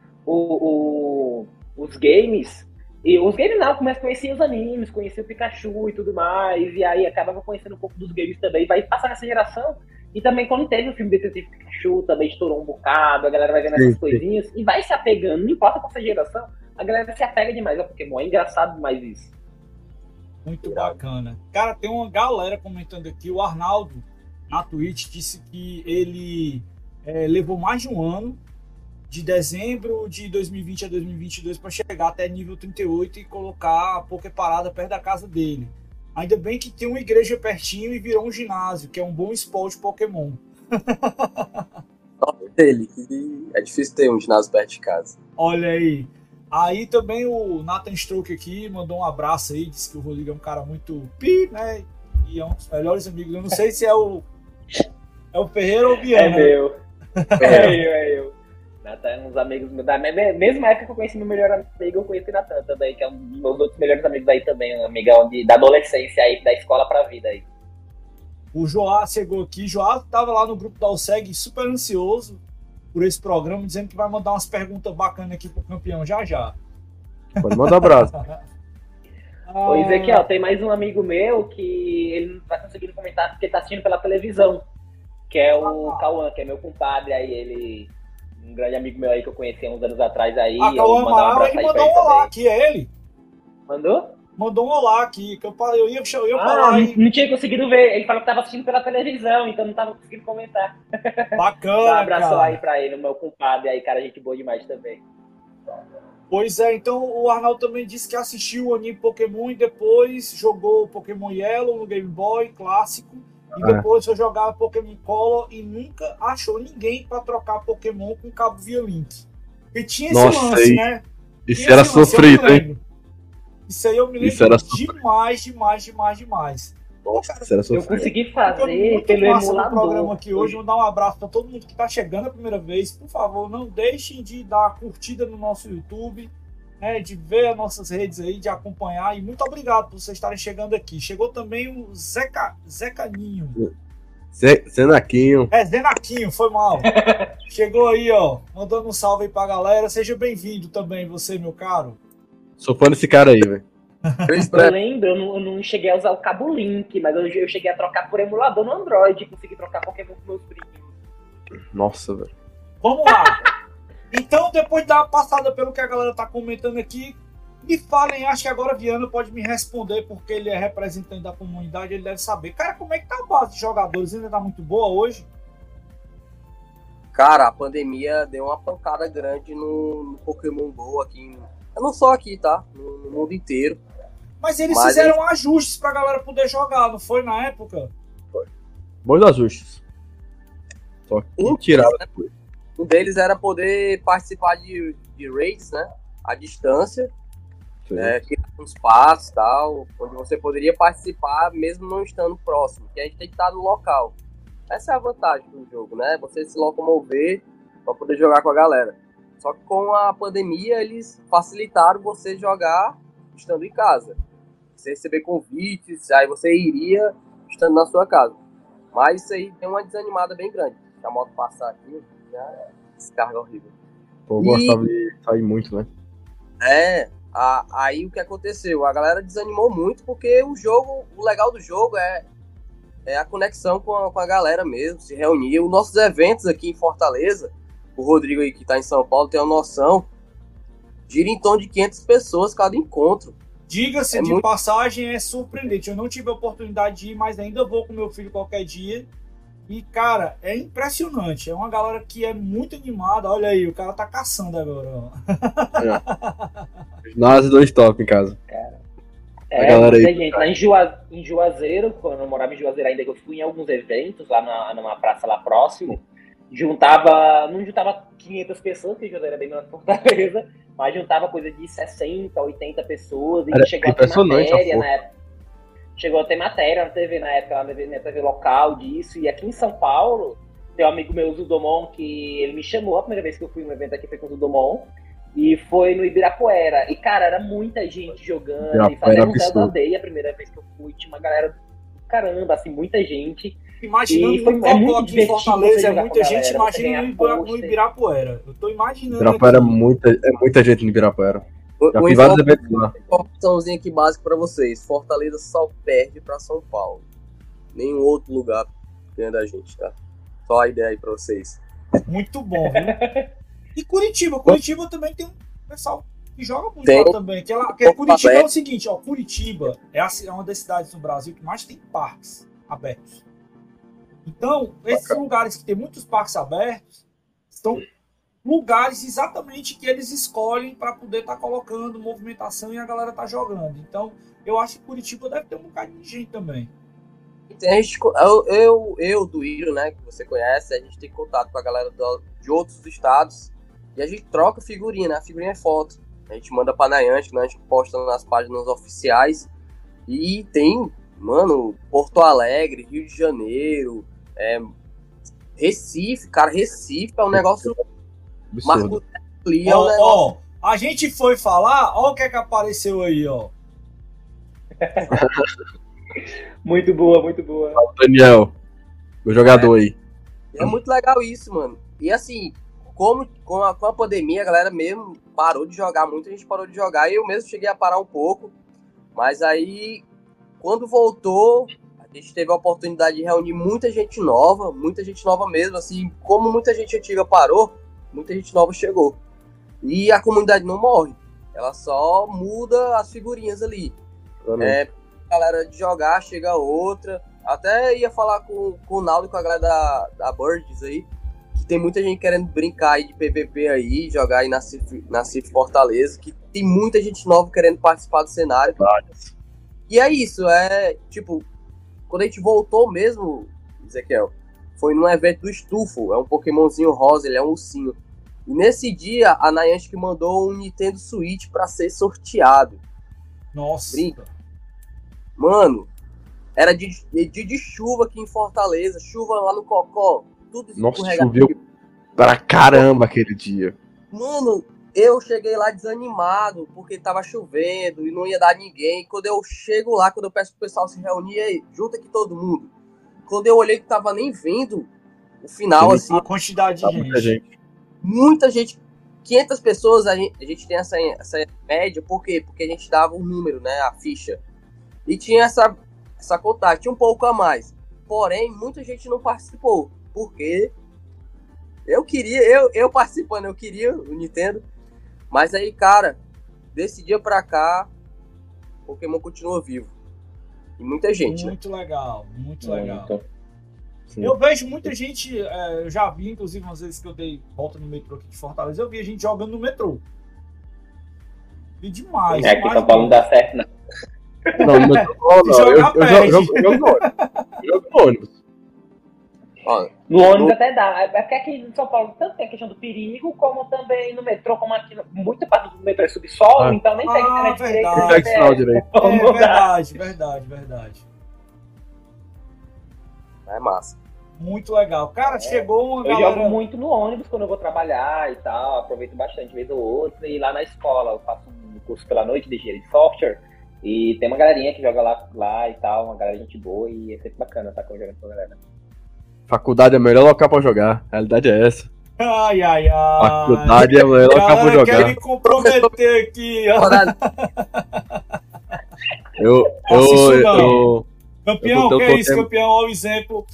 os games. E os games não, começa a conhecer os animes, conhecer o Pikachu e tudo mais, e aí acaba conhecendo um pouco dos games também. Vai passar nessa geração. E também quando teve o filme Detetive Pikachu, também estourou um bocado, a galera vai vendo essas coisinhas e vai se apegando, não importa qual seja a geração, a galera se apega demais ao Pokémon, é engraçado demais isso. Muito bacana. Cara, tem uma galera comentando aqui, o Arnaldo, na Twitch, disse que ele levou mais de um ano, de dezembro de 2020 a 2022, para chegar até nível 38 e colocar a Poképarada perto da casa dele. Ainda bem que tem uma igreja pertinho e virou um ginásio, que é um bom esporte Pokémon. Ele, é difícil ter um ginásio perto de casa. Olha aí. Aí também o Nathan Stroke aqui mandou um abraço aí, disse que o Rodrigo é um cara muito né? E é um dos melhores amigos. Eu não sei se é o Ferreira ou o Biano. Meu. É eu. Natan é uns amigos meus. Da mesma época que eu conheci meu melhor amigo, eu conheci Natan também, que é um dos meus outros melhores amigos aí também, um amigão da adolescência aí, da escola pra vida aí. O Joá chegou aqui, Joá tava lá no grupo da OSEG, super ansioso por esse programa, dizendo que vai mandar umas perguntas bacanas aqui pro campeão já. Pode mandar um abraço. Pois é que, ó, tem mais um amigo meu que ele não tá conseguindo comentar porque ele tá assistindo pela televisão, que é o Cauã, que é meu compadre aí, ele... Um grande amigo meu aí que eu conheci há uns anos atrás aí. Cauã Amaral, ele mandou um olá aqui, é ele? Mandou? Mandou um olá aqui, que eu ia falar. Não tinha conseguido ver. Ele falou que tava assistindo pela televisão, então não tava conseguindo comentar. Bacana, Dá um abraço cara. aí pra ele, o meu compadre aí, cara, gente boa demais também. Pois é, então o Arnaldo também disse que assistiu o anime Pokémon e depois jogou o Pokémon Yellow no Game Boy clássico. E depois eu jogava Pokémon Color e nunca achou ninguém pra trocar Pokémon com cabo via Link. E tinha esse lance, né? Isso era sofrido, hein? Isso aí eu me lembro demais. Nossa, isso era sofrido. Eu consegui fazer pelo emulador. No programa aqui hoje, vou dar um abraço pra todo mundo que tá chegando a primeira vez. Por favor, não deixem de dar curtida no nosso YouTube, né, de ver as nossas redes aí, de acompanhar. E muito obrigado por vocês estarem chegando aqui. Chegou também o Zecaninho. Zenaquinho. Zenaquinho, foi mal. Chegou aí, ó, mandando um salve aí pra galera. Seja bem-vindo também, você, meu caro. Sou fã desse cara aí, velho. Eu lembro, eu não cheguei a usar o cabo Link, mas eu cheguei a trocar por emulador no Android e consegui trocar Pokémon com meus primos. Nossa, velho. Vamos lá. Então, depois de dar uma passada pelo que a galera tá comentando aqui, Me falem, acho que agora Viana pode me responder, porque ele é representante da comunidade, ele deve saber. Cara, como é que tá a base de jogadores? Ainda tá muito boa hoje? Cara, a pandemia deu uma pancada grande no Pokémon GO aqui. Não só aqui, tá? No mundo inteiro. Mas eles fizeram ajustes pra galera poder jogar, não foi na época? Bons ajustes. Só que tiraram depois. Um deles era poder participar de raids, né? À distância. Criar uns passos e tal, onde você poderia participar mesmo não estando próximo, que a gente tem que estar no local. Essa é a vantagem do jogo, né? Você se locomover para poder jogar com a galera. Só que com a pandemia eles facilitaram você jogar estando em casa. Você receber convites, aí você iria estando na sua casa. Mas isso aí tem uma desanimada bem grande. Se a moto passar aqui, já descarga horrível. Pô, eu gostava de sair muito, né? Aí o que aconteceu? A galera desanimou muito porque o legal do jogo é a conexão com a galera mesmo, se reunir. Os nossos eventos aqui em Fortaleza, o Rodrigo aí que tá em São Paulo tem uma noção, gira em torno de 500 pessoas cada encontro. Diga-se de passagem, é surpreendente. Eu não tive a oportunidade de ir, mas ainda vou com meu filho qualquer dia. E, cara, é impressionante. É uma galera que é muito animada. Olha aí, o cara tá caçando agora. Nós dois top em casa. Cara, galera aí, gente. Lá em Juazeiro, quando eu morava em Juazeiro ainda, que eu fui em alguns eventos lá numa praça lá próximo, não juntava 500 pessoas, que Juazeiro é bem na Fortaleza, mas juntava coisa de 60, 80 pessoas. E chegou a ter matéria na época. Chegou a ter matéria na TV na época, na TV local disso. E aqui em São Paulo, tem um amigo meu, o Zudomon, que ele me chamou a primeira vez que eu fui em um evento aqui, foi com o Zudomon. E foi no Ibirapuera. E, cara, era muita gente jogando. E fazia um Zelda Day a primeira vez que eu fui. Tinha uma galera, caramba, assim, muita gente. Imaginando e foi muito aqui em Fortaleza, é muita gente. Imagina no Ibirapuera. Eu tô imaginando. Ibirapuera é muita gente no Ibirapuera. Já fiz vários eventos lá. Informaçãozinha aqui básica pra vocês. Fortaleza só perde pra São Paulo. Nenhum outro lugar ganha da gente, tá? Só a ideia aí pra vocês. Muito bom, viu? E Curitiba. Curitiba também tem um pessoal que joga muito lá também. Curitiba é o seguinte, ó. Curitiba é uma das cidades no Brasil que mais tem parques abertos. Então, esses lugares que tem muitos parques abertos são lugares exatamente que eles escolhem para poder estar colocando movimentação e a galera tá jogando. Então, eu acho que Curitiba deve ter um bocado de gente também. Eu do Iro, né, que você conhece, a gente tem contato com a galera de outros estados e a gente troca figurinha, né? A figurinha é foto. A gente manda pra Niantic, né? A gente posta nas páginas oficiais e tem, mano, Porto Alegre, Rio de Janeiro, Recife, cara, Recife é um negócio... Absurdo. Ó, a gente foi falar, ó o que é que apareceu aí, ó. Muito boa, muito boa. Daniel, meu jogador aí. É muito legal isso, mano. E assim, como com a pandemia, a galera mesmo parou de jogar, muita gente parou de jogar. Eu mesmo cheguei a parar um pouco. Mas aí, quando voltou, a gente teve a oportunidade de reunir muita gente nova mesmo. Assim, como muita gente antiga parou, muita gente nova chegou. E a comunidade não morre. Ela só muda as figurinhas ali. A galera de jogar, chega outra. Até ia falar com o Naldo, com a galera da Birds aí, que tem muita gente querendo brincar aí de PVP aí, jogar aí na Cif Fortaleza, que tem muita gente nova querendo participar do cenário. E é isso, tipo, quando a gente voltou mesmo, Ezequiel, foi num evento do Estufo, é um Pokémonzinho rosa, ele é um ursinho. E nesse dia, a Niantic mandou um Nintendo Switch pra ser sorteado. Nossa. Brinca. Mano, era dia de chuva aqui em Fortaleza, chuva lá no Cocó, tudo escorregado. Nossa, choveu pra caramba aquele dia. Mano, eu cheguei lá desanimado, porque tava chovendo e não ia dar ninguém. Quando eu chego lá, quando eu peço pro pessoal se reunir, aí, junta aqui todo mundo. Quando eu olhei que tava nem vendo o final, Sim, assim... A quantidade de gente. Muita gente. 500 pessoas, a gente tem essa média, por quê? Porque a gente dava um número, né, a ficha. E tinha essa contagem, tinha um pouco a mais. Porém, muita gente não participou, porque eu participando, eu queria o Nintendo. Mas aí, cara, desse dia pra cá, Pokémon continua vivo. E muita gente, muito legal, muito legal. Sim. Eu vejo muita gente, eu já vi, inclusive, umas vezes que eu dei volta no metrô aqui de Fortaleza, eu vi a gente jogando no metrô. E demais. Aqui em São Paulo não dá certo, não. Não, no metrô não. Eu jogo no ônibus. Eu jogo no ônibus. Ó, No ônibus até dá. É porque aqui em São Paulo tanto tem a questão do perigo, como também no metrô, como aqui muita parte do metrô é subsolo, então nem tem internet direito. verdade. Não pega sinal direito. Verdade. é massa. Muito legal. Cara, chegou uma Eu galera... jogo muito no ônibus quando eu vou trabalhar e tal, aproveito bastante, vez ou outra, e lá na escola eu faço um curso pela noite de engenharia de software, e tem uma galerinha que joga lá e tal, uma galera gente boa, e é sempre bacana estar jogando com a galera. Faculdade é o melhor local pra jogar. A realidade é essa. Ai. Faculdade é o melhor local pra Galera, jogar. quer me comprometer aqui, ó. Eu Campeão, Eu que tô é isso, tendo- campeão? Olha o exemplo.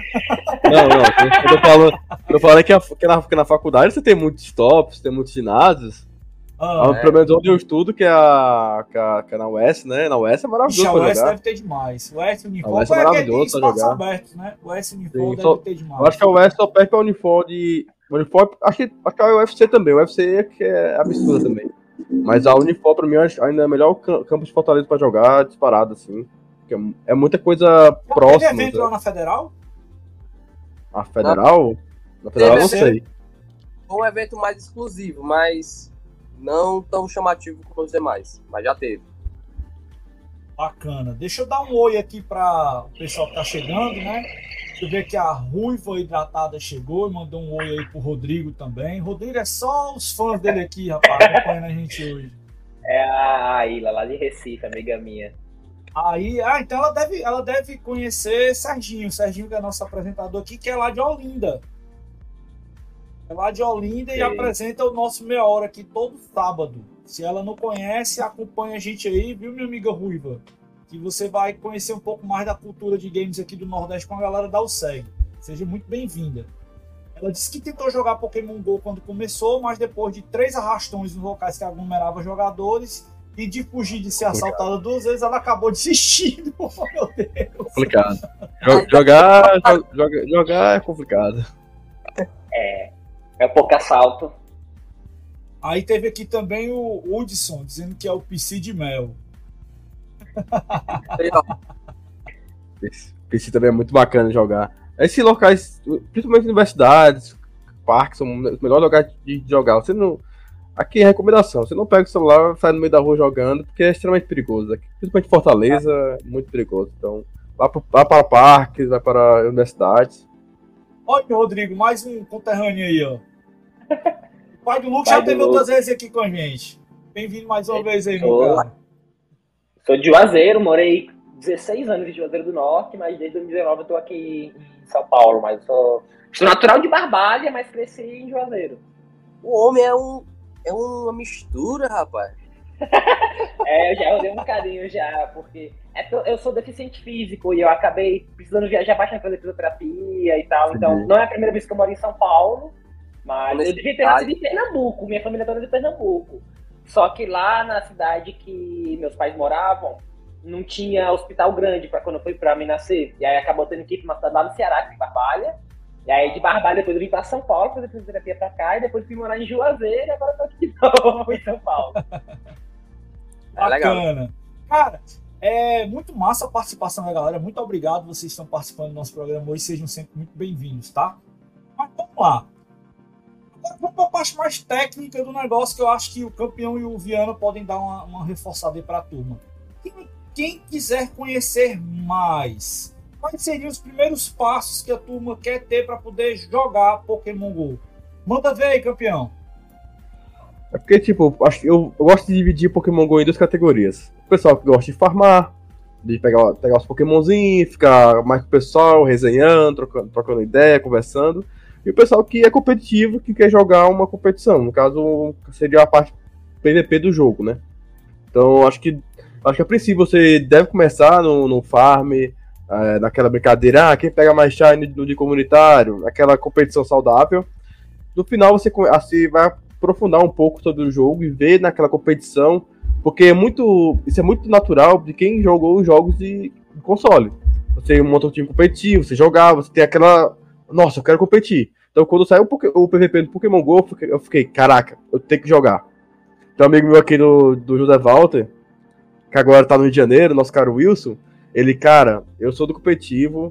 Quando eu falo é que na faculdade você tem muitos tops, tem muitos ginásios. Pelo menos onde eu estudo, que é na UES, né? Na UES é maravilhoso Ixi, a pra UES jogar. deve ter demais. O UES A Unifor UES é tem maravilhoso pra espaços jogar. abertos, né? O UES Unifor Sim, deve só- ter demais. Eu acho que a UES só perde pra Unifor de. Unifor, acho que a UFC também. O UFC que é absurda também. Mas a Unifor, pra mim, ainda é o melhor campo de Fortaleza pra jogar, disparado, assim. Porque é muita coisa Teve próxima. evento lá na Federal? A Federal? Na Federal eu não Teve sei. Foi um evento mais exclusivo, mas não tão chamativo como os demais. Mas já teve. Bacana. Deixa eu dar um oi aqui para o pessoal que tá chegando, né? Deixa eu ver que a Ruiva Hidratada chegou e mandou um oi aí pro Rodrigo também. Rodrigo é só os fãs dele aqui, rapaz, acompanhando a gente hoje. É a Ilha, lá de Recife, amiga minha. Aí, então ela deve conhecer Serginho que é nosso apresentador aqui, que é lá de Olinda. É lá de Olinda e Sim. apresenta o nosso Meia Hora aqui todo sábado. Se ela não conhece, acompanha a gente aí, viu, minha amiga Ruiva? Que você vai conhecer um pouco mais da cultura de games aqui do Nordeste com a galera da USEG. Seja muito bem-vinda. Ela disse que tentou jogar Pokémon GO quando começou, mas depois de 3 arrastões nos locais que aglomeravam jogadores e de fugir de ser assaltada 2 vezes, ela acabou desistindo. Meu Deus. Complicado. Jogar é complicado. É pouco assalto. Aí teve aqui também o Hudson, dizendo que é o PC de Mel. Esse PC também é muito bacana de jogar. Esses locais, principalmente universidades, parques, são os melhores lugares de jogar. Você não. Aqui é recomendação, você não pega o celular e sai no meio da rua jogando, porque é extremamente perigoso. Aqui, principalmente Fortaleza, é muito perigoso. Então, vá para parques, vai para universidades. Olha, Rodrigo, mais um conterrâneo aí, ó. O pai do Lucas já teve outras vezes aqui com a gente. Bem-vindo mais uma vez aí, meu cara. Sou de Juazeiro, morei 16 anos em Juazeiro do Norte, mas desde 2019 eu tô aqui em São Paulo, mas sou natural de Barbalha, mas cresci em Juazeiro. O homem é uma mistura, rapaz. Eu já rodei um bocadinho já, porque eu sou deficiente físico e eu acabei precisando viajar bastante pra fazer fisioterapia e tal, então não é a primeira vez que eu moro em São Paulo, mas eu devia ter nascido em Pernambuco, minha família toda é de Pernambuco. Só que lá na cidade que meus pais moravam, não tinha hospital grande para quando eu fui pra me nascer. E aí acabou tendo que ir pra uma cidade lá no Ceará, que é Barbalha. E aí de Barbalha depois eu vim pra São Paulo fazer fisioterapia pra cá, e depois fui morar em Juazeiro e agora eu tô aqui de novo em São Paulo. Bacana. Cara, é muito massa a participação da galera. Muito obrigado, vocês estão participando do nosso programa hoje. Sejam sempre muito bem-vindos, tá? Mas vamos lá. Agora vamos para a parte mais técnica do negócio, que eu acho que o campeão e o Viana podem dar uma reforçada aí para a turma. Quem quiser conhecer mais, quais seriam os primeiros passos que a turma quer ter para poder jogar Pokémon GO? Manda ver aí, campeão. É porque, tipo, eu gosto de dividir Pokémon GO em 2 categorias. O pessoal que gosta de farmar, de pegar os Pokémonzinhos, ficar mais com o pessoal, resenhando, trocando ideia, conversando. E o pessoal que é competitivo, que quer jogar uma competição. No caso, seria a parte PVP do jogo, né? Então, acho que a princípio você deve começar no farm, naquela brincadeira, quem pega mais shine no de comunitário, aquela competição saudável. No final você vai aprofundar um pouco sobre o jogo e ver naquela competição Porque isso é muito natural de quem jogou os jogos de console. Você monta um time competitivo, você jogar, você tem aquela... Nossa, eu quero competir. Então, quando saiu o PVP do Pokémon GO, eu fiquei, caraca, eu tenho que jogar. Tem um amigo meu aqui do José Walter, que agora tá no Rio de Janeiro, nosso caro Wilson. Ele, cara, eu sou do competitivo,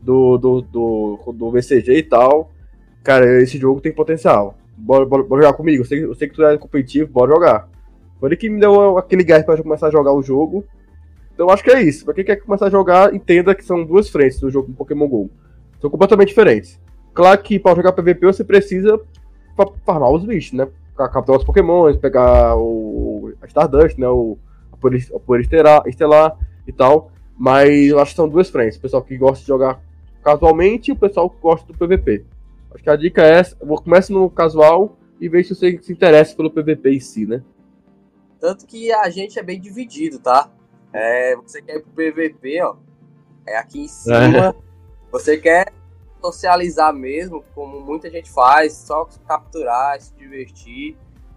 do VCG e tal. Cara, esse jogo tem potencial. Bora jogar comigo. Eu sei que tu é competitivo, bora jogar. Foi ele que me deu aquele gás pra começar a jogar o jogo. Então eu acho que é isso. Pra quem quer começar a jogar, entenda que são duas frentes do jogo do Pokémon GO. São completamente diferentes. Claro que pra jogar PVP você precisa farmar os bichos, né? Capturar os Pokémons, pegar a Stardust, né? A Poeira Estelar e tal. Mas eu acho que são duas frentes. O pessoal que gosta de jogar casualmente e o pessoal que gosta do PVP. Acho que a dica é essa. Começa no casual e veja se você se interessa pelo PVP em si, né? Tanto que a gente é bem dividido, tá? Você quer ir pro PVP, ó. Aqui em cima. Você quer socializar mesmo, como muita gente faz, só capturar, se divertir.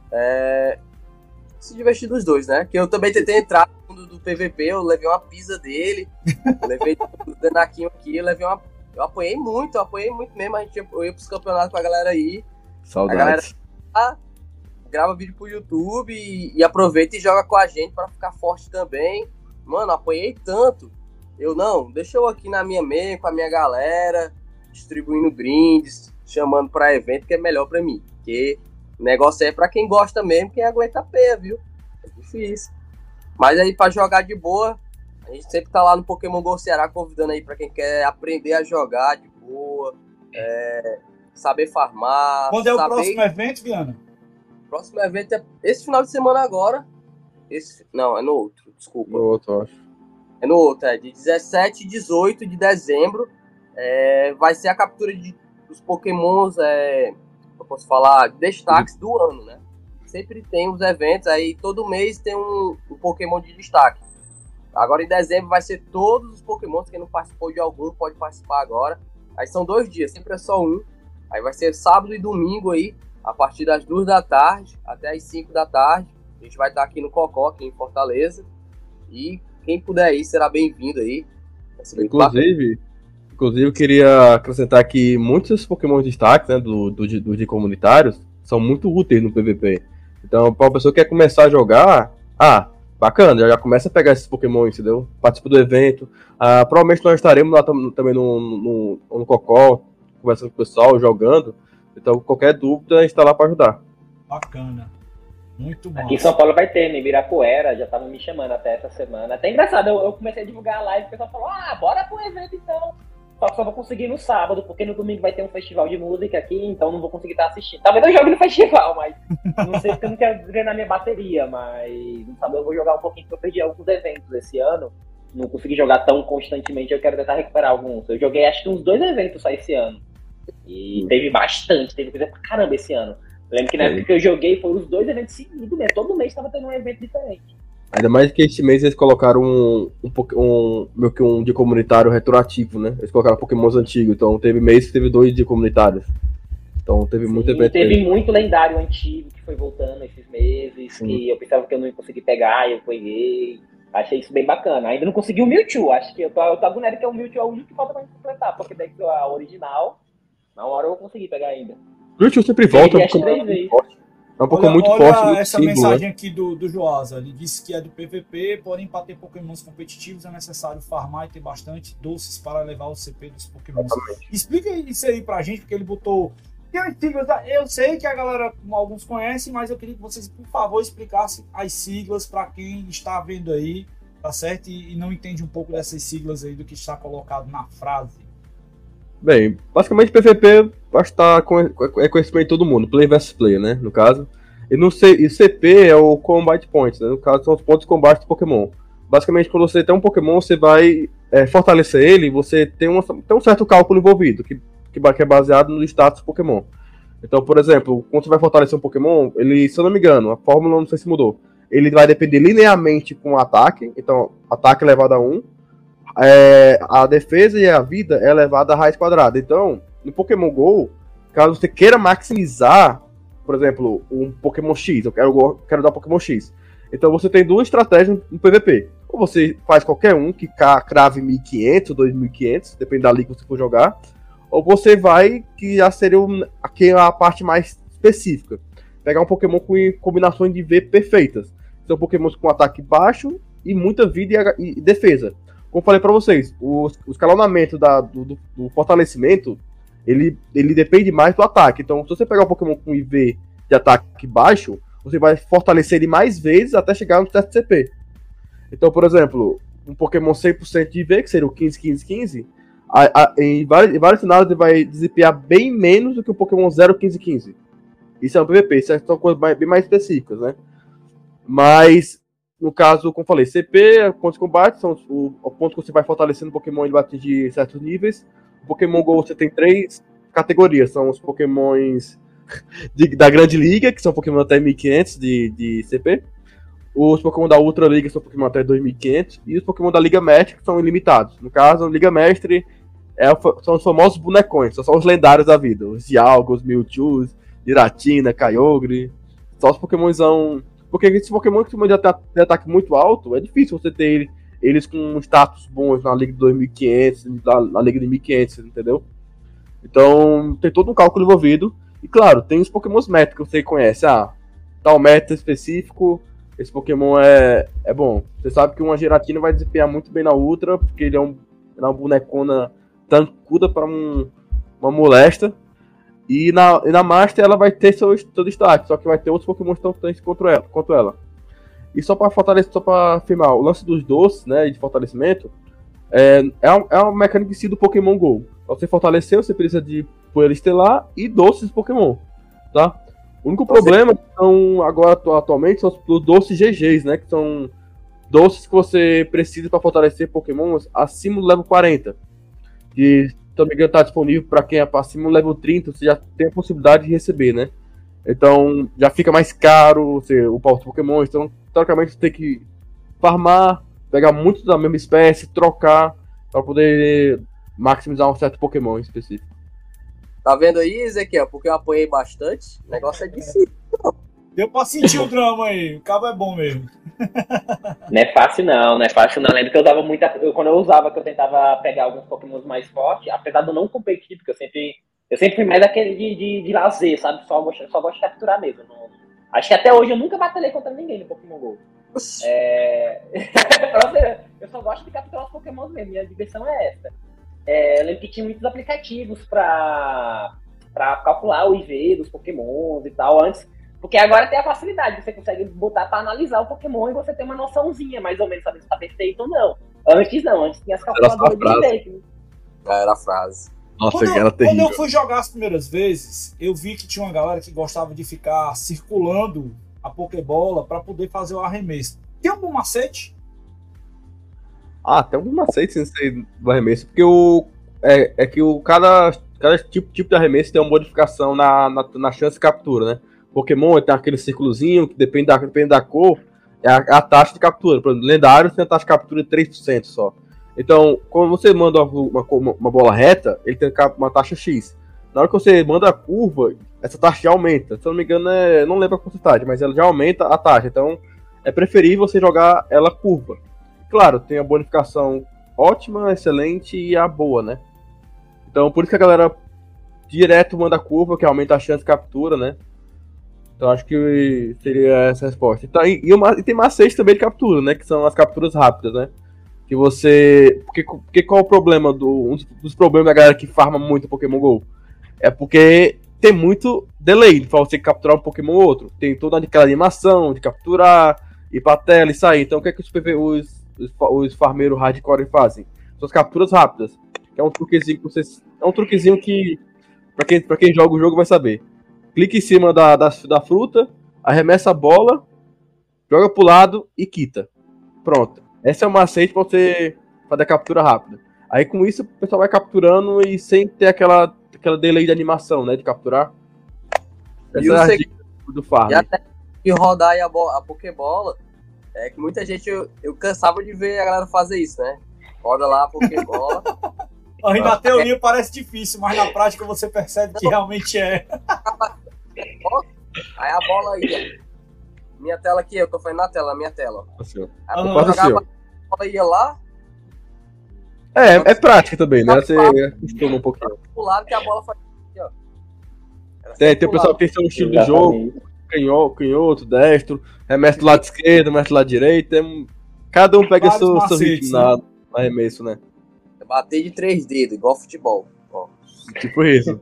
Se divertir dos dois, né? Que eu também tentei entrar no mundo do PVP, eu levei uma pizza dele, levei o Denaquinho aqui, eu apanhei muito mesmo. Eu ia pros campeonatos com a galera aí. Saudades. A galera grava vídeo pro YouTube e aproveita e joga com a gente pra ficar forte também. Mano, apanhei tanto. Deixa eu aqui na minha meia com a minha galera, distribuindo brindes, chamando pra evento, que é melhor pra mim. Porque o negócio é pra quem gosta mesmo, quem aguenta a pé, viu? É difícil. Mas aí pra jogar de boa, a gente sempre tá lá no Pokémon GO Ceará convidando aí pra quem quer aprender a jogar de boa, saber farmar. Quando é o próximo evento, Viana? O próximo evento é esse final de semana agora. Não, é no outro, desculpa. No outro, eu acho. É no outro, de 17 e 18 de dezembro. Vai ser a captura dos Pokémons, eu posso falar, destaques do ano, né? Sempre tem os eventos, aí todo mês tem um Pokémon de destaque. Agora em dezembro vai ser todos os Pokémons, quem não participou de algum pode participar agora. Aí são 2 dias, sempre é só um. Aí vai ser sábado e domingo aí, a partir das 2 da tarde até as 5 da tarde. A gente vai estar aqui no Cocó, aqui em Fortaleza. E quem puder ir será bem-vindo aí. Inclusive, eu queria acrescentar que muitos Pokémon de destaque, né, de comunitários, são muito úteis no PVP. Então, para uma pessoa que quer começar a jogar, bacana, já começa a pegar esses Pokémon, entendeu? Participa do evento. Provavelmente nós estaremos lá também no Cocó, conversando com o pessoal, jogando. Então, qualquer dúvida, a gente está lá para ajudar. Bacana. Muito bom. Aqui em São Paulo vai ter, no Ibirapuera, já estavam me chamando até essa semana. Até engraçado, eu comecei a divulgar a live e o pessoal falou, bora pro evento então. Só vou conseguir no sábado, porque no domingo vai ter um festival de música aqui, então não vou conseguir estar assistindo. Talvez eu jogue no festival, mas não sei porque eu não quero drenar minha bateria, mas no sábado eu vou jogar um pouquinho, porque eu perdi alguns eventos esse ano. Não consegui jogar tão constantemente, eu quero tentar recuperar alguns. Eu joguei acho que uns 2 eventos só esse ano. E teve coisa pra caramba esse ano. Eu lembro que na época que eu joguei foram os 2 eventos seguidos mesmo. Todo mês tava tendo um evento diferente. Ainda mais que este mês eles colocaram meio que um de comunitário retroativo, né? Eles colocaram Pokémons antigos, então teve mês que teve 2 de comunitários. Então teve muito evento. Teve muito lendário antigo que foi voltando esses meses, que eu pensava que eu não ia conseguir pegar, e eu peguei. Achei isso bem bacana. Ainda não consegui o Mewtwo, acho que eu tô agoniado que é o Mewtwo, é o único que falta pra completar, porque daí a original, na hora eu vou conseguir pegar ainda. O Mewtwo sempre volta, é um Pokémon muito forte. É um Pokémon muito forte. Olha essa mensagem aqui do Joasa. Ele disse que é do PVP, porém para ter Pokémons competitivos é necessário farmar e ter bastante doces para levar o CP dos Pokémons. Explica isso aí pra gente, porque ele botou... Eu sei que a galera, alguns conhecem, mas eu queria que vocês, por favor, explicassem as siglas para quem está vendo aí, tá certo? E não entende um pouco dessas siglas aí do que está colocado na frase. Bem, basicamente PVP acho que é conhecimento de todo mundo, play versus play, né, no caso. E CP é o Combat Points, né, no caso são os pontos de combate do Pokémon. Basicamente, quando você tem um Pokémon, você vai fortalecer ele, você tem um certo cálculo envolvido, que é baseado no status do Pokémon. Então, por exemplo, quando você vai fortalecer um Pokémon, ele, se eu não me engano, a fórmula não sei se mudou, ele vai depender linearmente com o ataque, então ataque elevado a 1, a defesa e a vida é elevada a raiz quadrada. Então, no Pokémon GO, caso você queira maximizar, por exemplo, um Pokémon X, eu quero dar Pokémon X, Então você tem duas estratégias no PVP. Ou você faz qualquer um que crave 1.500 ou 2.500, depende da liga que você for jogar. Ou você vai, que já seria aqui a parte mais específica. Pegar um Pokémon com combinações de V perfeitas. São Pokémons com ataque baixo e muita vida e defesa. Como falei pra vocês, o escalonamento do fortalecimento, ele depende mais do ataque. Então, se você pegar um Pokémon com IV de ataque baixo, você vai fortalecer ele mais vezes até chegar no teste de CP. Então, por exemplo, um Pokémon 100% de IV, que seria o 15-15-15, em vários cenários ele vai desempenhar bem menos do que o Pokémon 0-15-15. Isso é um PVP, isso são coisas bem mais específicas, né? Mas, no caso, como eu falei, CP, pontos de combate, são o ponto que você vai fortalecendo o Pokémon, ele vai atingir certos níveis. O Pokémon GO você tem 3 categorias, são os Pokémons da Grande Liga, que são Pokémon até 1500 de CP. Os Pokémon da Ultra Liga são Pokémon até 2500. E os Pokémon da Liga Mestre que são ilimitados. No caso, a Liga Mestre são os famosos bonecões, são os lendários da vida. Os Dialga, os Mewtwo, Giratina, Kyogre. Só os Pokémonzão. Porque esses Pokémon que são de ataque muito alto, é difícil você ter eles com status bons na Liga de 2500, na Liga de 1500, entendeu? Então, tem todo um cálculo envolvido. E claro, tem os Pokémons meta que você conhece. Tal meta específico, esse Pokémon é bom. Você sabe que uma Giratina vai desempenhar muito bem na Ultra, porque ele é uma bonecona tancuda para uma molesta. E na Master ela vai ter seu destaque, só que vai ter outros Pokémon tão tanques quanto ela. E só para fortalecer, só para afirmar, o lance dos doces, né, de fortalecimento, é uma mecânica em si do Pokémon GO. Pra você fortalecer, você precisa de poeira estelar e doces de Pokémon, tá? O único problema são, agora atualmente, são os doces GGs, né, que são doces que você precisa para fortalecer Pokémons acima do level 40. Que, se não me engano, está disponível para quem é acima do level 30, você já tem a possibilidade de receber, né? Então, já fica mais caro você upar os Pokémon. Então, teoricamente, você tem que farmar, pegar muitos da mesma espécie, trocar, para poder maximizar um certo Pokémon em específico. Tá vendo aí, Ezequiel? Porque eu apanhei bastante. O negócio é difícil. Deu pra sentir o drama aí. O cabo é bom mesmo. Não é fácil não. Eu lembro que eu dava muita... Quando eu usava, que eu tentava pegar alguns Pokémons mais fortes, apesar de eu não competir, porque eu sempre fui mais daquele de lazer, sabe? Só gosto de capturar mesmo. Acho que até hoje eu nunca batalhei contra ninguém no Pokémon GO. Eu só gosto de capturar os Pokémon mesmo. Minha diversão é essa. Eu lembro que tinha muitos aplicativos pra calcular o IV dos Pokémons e tal antes. Porque agora tem a facilidade, você consegue botar pra analisar o Pokémon e você tem uma noçãozinha, mais ou menos, saber se tá perfeito ou não. Antes tinha as calculadoras de direito. Era a frase. Nossa, quando eu fui jogar as primeiras vezes, eu vi que tinha uma galera que gostava de ficar circulando a Pokébola pra poder fazer o arremesso. Tem algum macete? Tem algum macete sem ser do arremesso, porque cada tipo de arremesso tem uma modificação na chance de captura, né? Pokémon tem aquele círculozinho que depende da cor, é a taxa de captura. Por exemplo, lendário tem a taxa de captura de 3% só. Então, quando você manda uma bola reta, ele tem uma taxa X. Na hora que você manda a curva, essa taxa já aumenta. Se eu não me engano, não lembro a quantidade, mas ela já aumenta a taxa. Então, é preferível você jogar ela curva. Claro, tem a bonificação ótima, excelente e a boa, né? Então, por isso que a galera direto manda a curva, que aumenta a chance de captura, né? Então acho que seria essa a resposta. Então, e tem macete também de captura, né? Que são as capturas rápidas, né? Que você... Porque qual é o problema um dos problemas da galera que farma muito Pokémon GO? É porque tem muito delay pra você capturar um Pokémon ou outro. Tem toda aquela animação de capturar, ir pra tela e sair. Então o que é que os farmeiros hardcore fazem? São as capturas rápidas. Que é um truquezinho que vocês... É um truquezinho que... Pra quem joga o jogo vai saber. Clica em cima da fruta, arremessa a bola, joga pro lado e quita. Pronto. Esse é o macete pra você fazer a captura rápida. Aí com isso o pessoal vai capturando e sem ter aquela delay de animação, né? De capturar. Essa é a dica do farm. E até que rodar aí a Pokébola, que muita gente, eu cansava de ver a galera fazer isso, né? Roda lá a Pokébola. Aí na teoria parece difícil, mas na prática você percebe que realmente é. Aí a bola aí, Minha tela aqui, eu tô falando na tela, minha tela. Assim, ó. Aí Eu faço assim, ó. a bola ia lá, É prática também, né? Você acostuma um pouquinho. pro lado que a bola faz aqui, ó. Tem o pessoal que tem seu estilo de jogo, canhoto, destro, remesso do lado esquerdo, remesso do lado direito. Cada um pega seu ritmo no arremesso, né? Bater de 3 dedos, igual futebol. Ó. Tipo isso.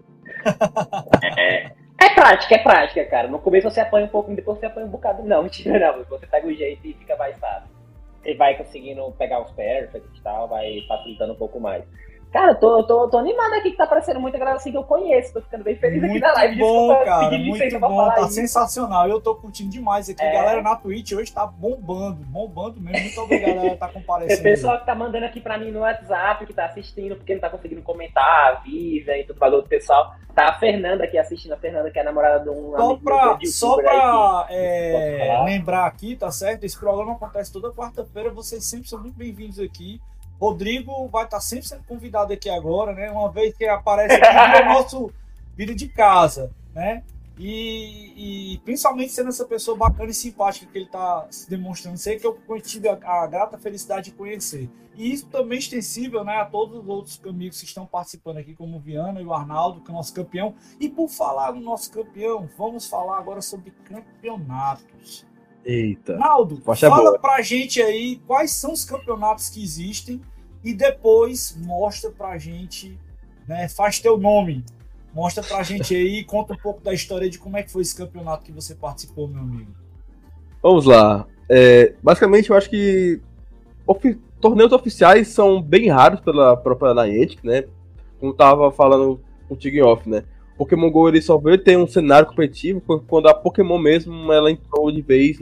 É prática, cara. No começo você apanha um pouco, depois você apanha um bocado. Não, mentira não. Você pega o jeito e fica mais fácil. Você vai conseguindo pegar os perfects e tal, vai facilitando um pouco mais. Cara, eu tô animado aqui, que tá aparecendo muita galera assim que eu conheço. Tô ficando bem feliz aqui na live. Muito bom, cara, muito bom. Tá sensacional. Eu tô curtindo demais aqui. Galera na Twitch hoje tá bombando mesmo. Muito obrigado, galera, tá comparecendo. O pessoal que tá mandando aqui pra mim no WhatsApp, que tá assistindo, porque não tá conseguindo comentar, avisa e tudo valor do pessoal. Tá a Fernanda aqui assistindo, a Fernanda que é a namorada de um amigo só pra lembrar aqui, tá certo? Esse programa acontece toda quarta-feira, vocês sempre são muito bem-vindos aqui. Rodrigo vai estar sempre sendo convidado aqui agora, né? Uma vez que aparece aqui, vira nosso vídeo de casa, né? E principalmente sendo essa pessoa bacana e simpática que ele está se demonstrando ser, que eu tive a grata felicidade de conhecer. E isso também é extensível, né, a todos os outros amigos que estão participando aqui, como o Viana e o Arnaldo, que é o nosso campeão. E por falar no nosso campeão, vamos falar agora sobre campeonatos. Eita. Arnaldo, fala pra gente aí quais são os campeonatos que existem e depois mostra pra gente, né, faz teu nome. Mostra pra gente aí, conta um pouco da história de como é que foi esse campeonato que você participou, meu amigo. Vamos lá. Basicamente, eu acho que torneios oficiais são bem raros pela própria Niantic, né? Como eu tava falando contigo em off, né? Pokémon GO ele só veio ter um cenário competitivo quando a Pokémon mesmo ela entrou de vez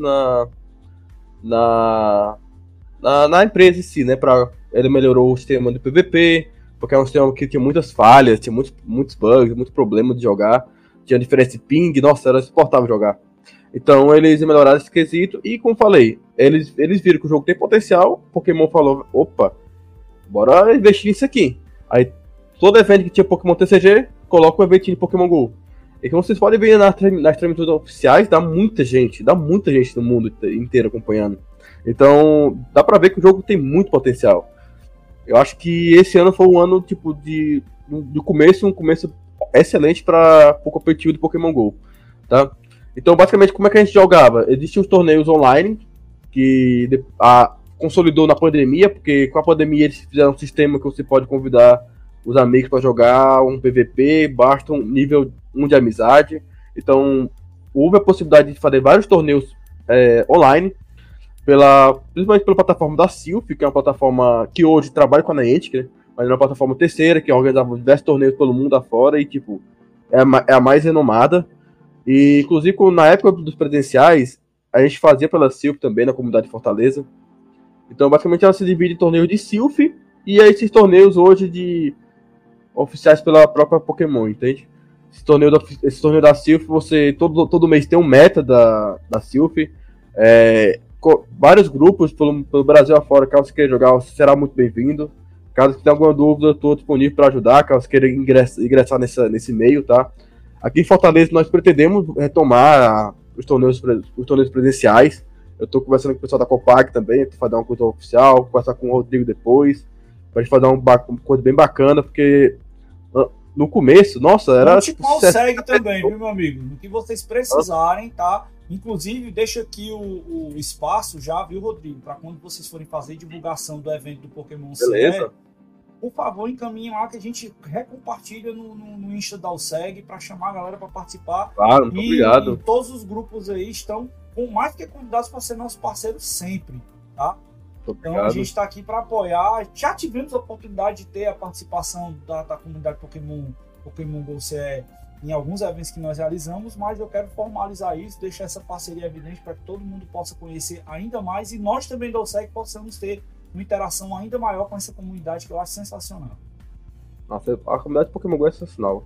na empresa em si, né? Ele melhorou o sistema do PVP, porque é um sistema que tinha muitas falhas, tinha muitos bugs, muitos problemas de jogar, tinha diferença de ping, nossa, era insuportável jogar. Então eles melhoraram esse quesito e, como falei, eles viram que o jogo tem potencial, Pokémon falou, opa, bora investir nisso aqui. Aí todo evento que tinha Pokémon TCG, coloca um eventinho de Pokémon GO. E como vocês podem ver nas transmissões oficiais, dá muita gente no mundo inteiro acompanhando. Então dá pra ver que o jogo tem muito potencial. Eu acho que esse ano foi um ano tipo um começo excelente para o competitivo do Pokémon GO, tá? Então, basicamente, como é que a gente jogava? Existiam os torneios online que consolidou na pandemia, porque com a pandemia eles fizeram um sistema que você pode convidar os amigos para jogar um PVP, basta um nível 1 de amizade. Então, houve a possibilidade de fazer vários torneios online, principalmente pela plataforma da Silph, que é uma plataforma que hoje trabalha com a Niantic, né? Mas é uma plataforma terceira que organizava diversos torneios pelo mundo afora e, tipo, é a mais renomada. E, inclusive, na época dos presenciais, a gente fazia pela Silph também, na comunidade de Fortaleza. Então, basicamente, ela se divide em torneios de Silph e esses torneios hoje oficiais pela própria Pokémon, entende? Esse torneio da Silph, você todo mês tem um meta da Silph. Vários grupos pelo Brasil afora, caso você queira jogar, você será muito bem-vindo. Caso você tenha alguma dúvida, eu estou disponível para ajudar, caso você queira ingressar nesse meio, tá? Aqui em Fortaleza nós pretendemos retomar os torneios presenciais. Eu estou conversando com o pessoal da Copag também, para fazer uma coisa oficial, conversar com o Rodrigo depois, para a gente fazer uma coisa bem bacana, porque no começo, nossa, era... A gente consegue também, viu, meu amigo? No que vocês precisarem, tá? Inclusive, deixa aqui o espaço já, viu, Rodrigo? Para quando vocês forem fazer divulgação do evento do Pokémon Beleza. CE, por favor, encaminhem lá que a gente recompartilha no Insta da USEG para chamar a galera para participar. Claro, muito obrigado. E todos os grupos aí estão com mais que convidados para ser nossos parceiros sempre, tá? Então a gente está aqui para apoiar. Já tivemos a oportunidade de ter a participação da comunidade Pokémon GO CE em alguns eventos que nós realizamos, mas eu quero formalizar isso, deixar essa parceria evidente para que todo mundo possa conhecer ainda mais e nós também da USEG possamos ter uma interação ainda maior com essa comunidade que eu acho sensacional. Nossa, a comunidade Pokémon GO é sensacional.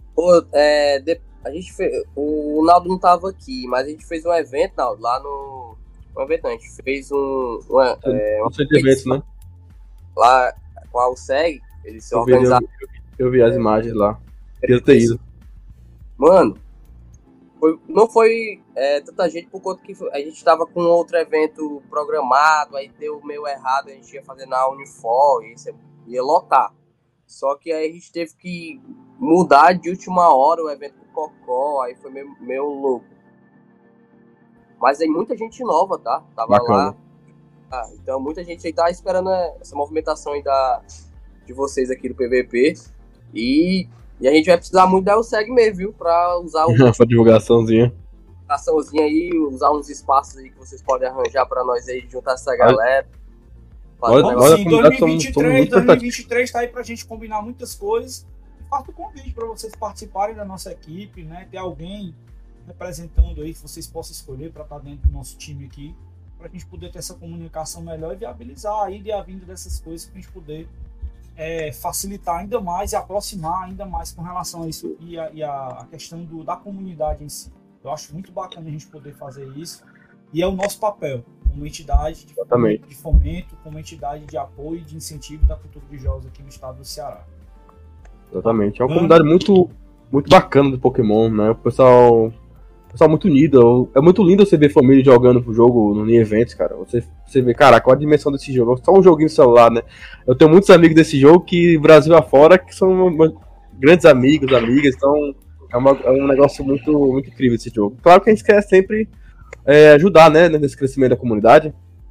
A gente fez, o Naldo não tava aqui, mas a gente fez um evento, Naldo, lá no... Um evento, a gente fez um centro de eventos, né? Lá com a USEG, eles se organizaram. Eu vi as imagens lá. Queria ter ido. Mano, Não foi tanta gente por conta que a gente estava com outro evento programado, aí deu meio errado, a gente ia fazer na Unifor, e ia lotar. Só que aí a gente teve que mudar de última hora o evento do Cocó, aí foi meio louco. Mas aí muita gente nova, tá? Tava Bacana. lá. Então muita gente aí tá esperando essa movimentação aí de vocês aqui do PVP. E a gente vai precisar muito dar o segue mesmo, viu? Pra usar Essa divulgaçãozinha. açãozinha aí, usar uns espaços aí que vocês podem arranjar pra nós aí, juntar essa galera. Olha, Vamos olha, sim, a comunidade somos muito 2023 tá aí pra gente combinar muitas coisas. Faço o convite para vocês participarem da nossa equipe, né? Ter alguém representando aí que vocês possam escolher para estar dentro do nosso time aqui, para a gente poder ter essa comunicação melhor e viabilizar a ida e a vinda dessas coisas, para a gente poder facilitar ainda mais e aproximar ainda mais com relação a isso e a questão da comunidade em si. Eu acho muito bacana a gente poder fazer isso e é o nosso papel como entidade de fomento, como entidade de apoio e de incentivo da cultura de jogos aqui no estado do Ceará. Exatamente. É uma comunidade muito, muito bacana do Pokémon, né? O pessoal muito unido. É muito lindo você ver família jogando pro jogo em eventos, cara. Você vê, cara, qual a dimensão desse jogo? É só um joguinho no celular, né? Eu tenho muitos amigos desse jogo que Brasil afora, que são grandes amigos, amigas, então é um negócio muito, muito incrível esse jogo. Claro que a gente quer sempre ajudar, né, nesse crescimento da comunidade.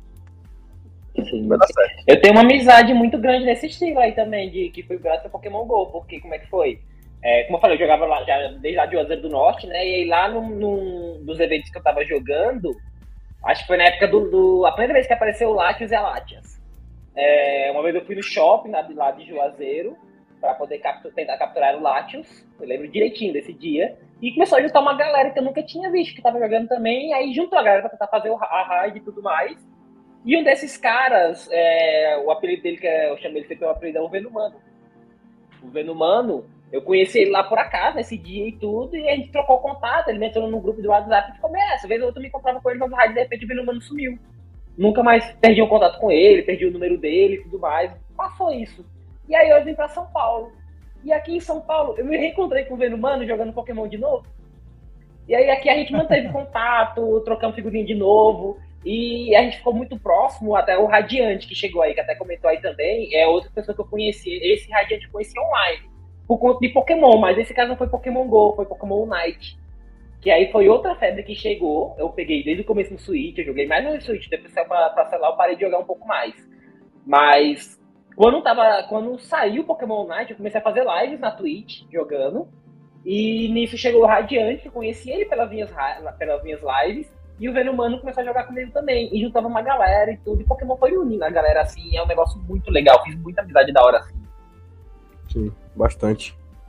Sim. Eu tenho uma amizade muito grande nesse estilo aí também, que foi graças a Pokémon GO, porque como é que foi? Como eu falei, eu jogava lá já desde lá de Juazeiro do Norte, né? E aí lá dos eventos que eu tava jogando, acho que foi na época a primeira vez que apareceu o Latios e a Latias. Uma vez eu fui no shopping lá de Juazeiro pra poder tentar capturar o Latios, eu lembro direitinho desse dia, e começou a juntar uma galera que eu nunca tinha visto, que tava jogando também, e aí juntou a galera pra tentar fazer a raid e tudo mais. E um desses caras, o apelido dele, que eu chamo ele sempre o apelido, é o Venumano. O Venumano, eu conheci ele lá por acaso, nesse dia e tudo, e a gente trocou contato, ele me entrou num grupo do WhatsApp e ficou meio essa. Vez ou outra eu me encontrava com ele no rádio, de repente o Venumano sumiu. Nunca mais perdi o contato com ele, perdi o número dele e tudo mais. Passou isso. E aí eu vim pra São Paulo. E aqui em São Paulo, eu me reencontrei com o Venumano jogando Pokémon de novo. E aí aqui a gente manteve contato, trocamos figurinha de novo. E a gente ficou muito próximo, até o Radiante que chegou aí, que até comentou aí também, é outra pessoa que eu conheci. Esse Radiante eu conheci online, por conta de Pokémon, mas esse caso não foi Pokémon GO, foi Pokémon Unite. Que aí foi outra febre que chegou, eu peguei desde o começo no Switch, eu joguei mais no Switch, depois saiu pra celular eu parei de jogar um pouco mais. Mas quando saiu o Pokémon Unite, eu comecei a fazer lives na Twitch, jogando, e nisso chegou o Radiante, eu conheci ele pelas minhas lives, e o Venumano começou a jogar comigo também. E juntava uma galera e tudo. E Pokémon foi unindo a galera assim. É um negócio muito legal. Fiz muita amizade da hora assim. Sim, bastante.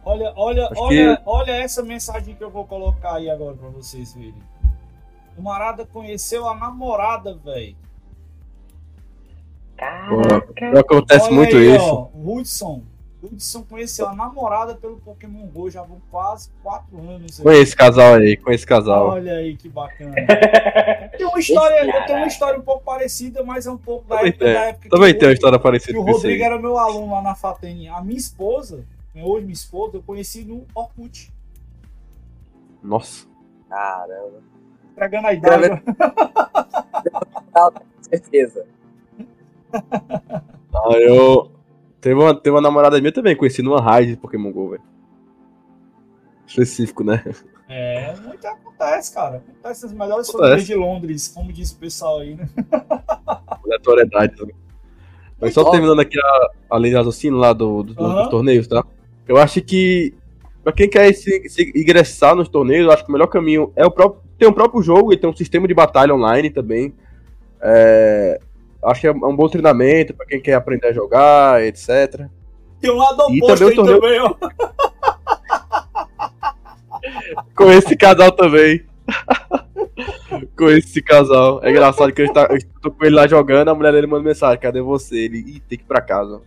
Olha essa mensagem que eu vou colocar aí agora pra vocês verem. O camarada conheceu a namorada, velho. Caraca. Acontece olha muito aí, isso. Hudson conheceu a namorada pelo Pokémon GO, já vão quase 4 anos. Com esse casal. Olha aí que bacana. Eu tenho uma história um pouco parecida, mas é um pouco da época também tem uma história parecida que o com isso Rodrigo aí. era meu aluno lá na FATEN. A minha esposa, hoje minha esposa, eu conheci no Orkut. Nossa. Caramba. Entregando a idade. Certeza. Teve uma namorada minha também, conheci numa raid de Pokémon GO, velho. Específico, né? Muito acontece, cara. Acontece as melhores famílias de Londres, como diz o pessoal aí, né? Aleatoriedade. Né? Mas só terminando aqui a linha de raciocínio lá dos torneios, tá? Eu acho que pra quem quer se ingressar nos torneios, eu acho que o melhor caminho é ter um próprio jogo e ter um sistema de batalha online também. Acho que é um bom treinamento pra quem quer aprender a jogar, etc. Tem um lado oposto aí também, ó. Com esse casal também. Com esse casal. É engraçado que eu tô com ele lá jogando, a mulher dele manda mensagem: cadê você? Ele, tem que ir pra casa.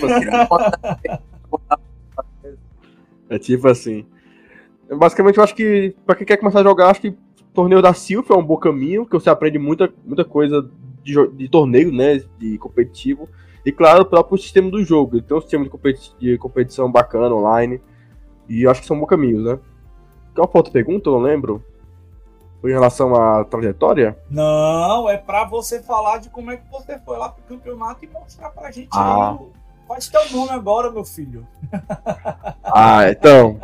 É tipo assim. Basicamente, eu acho que pra quem quer começar a jogar, acho que o torneio da Silph é um bom caminho, que você aprende muita coisa de torneio, né, de competitivo, e claro, o próprio sistema do jogo. Ele tem um sistema de competição bacana online, e eu acho que são bons caminhos, né? Qual foi a outra pergunta? Eu não lembro. Em relação à trajetória? Não, é pra você falar de como é que você foi lá pro campeonato e mostrar pra gente aí. Qual é o nome agora, meu filho? Então.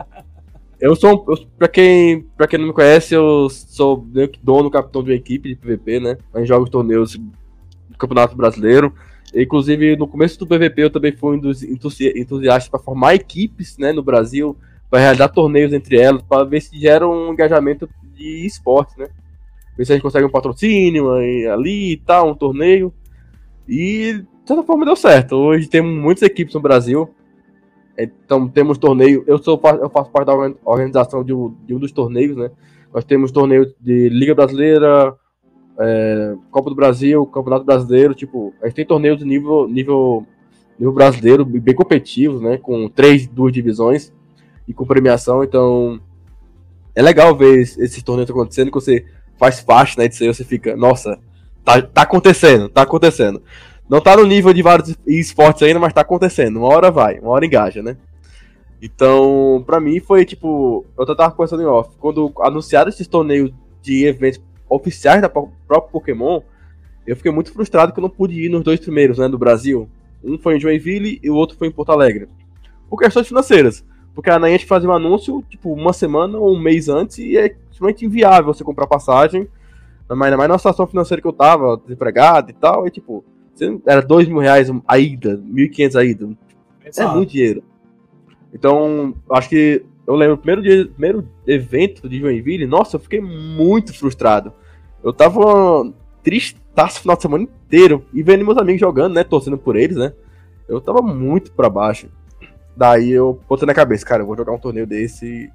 Pra quem não me conhece, eu sou meio que dono, capitão de uma equipe de PVP, né? A gente joga os torneios do Campeonato Brasileiro. E, inclusive, no começo do PVP, eu também fui um dos entusiastas para formar equipes, né, no Brasil, para realizar torneios entre elas, para ver se gera um engajamento de esportes, né? Ver se a gente consegue um patrocínio ali e tal, um torneio. E, de certa forma, deu certo. Hoje temos muitas equipes no Brasil. Então temos torneio, eu faço parte da organização de um dos torneios, né? Nós temos torneios de Liga Brasileira, Copa do Brasil, Campeonato Brasileiro, tipo, a gente tem torneios de nível brasileiro, bem competitivos, né? Com 2 divisões e com premiação, então é legal ver esses torneios acontecendo, que você faz parte, né, disso aí, você fica, nossa, tá acontecendo. Não tá no nível de vários esportes ainda, mas tá acontecendo. Uma hora engaja, né? Então, pra mim foi tipo... Eu tava conversando em off. Quando anunciaram esses torneios de eventos oficiais da própria Pokémon, eu fiquei muito frustrado que eu não pude ir nos 2 primeiros, né, do Brasil. Um foi em Joinville e o outro foi em Porto Alegre. Por questões financeiras. Porque a Niantic fazia um anúncio, tipo, uma semana ou um mês antes, e é simplesmente inviável você comprar passagem. Ainda mais na situação financeira que eu tava, desempregado e tal, e tipo... Era R$2.000 a ida, 1.500 a ida. É muito dinheiro. Então, acho que eu lembro, o primeiro evento de Joinville, nossa, eu fiquei muito frustrado. Eu tava tristaço o final de semana inteiro e vendo meus amigos jogando, né, torcendo por eles, né. Eu tava muito pra baixo. Daí eu botei na cabeça, cara, eu vou jogar um torneio desse.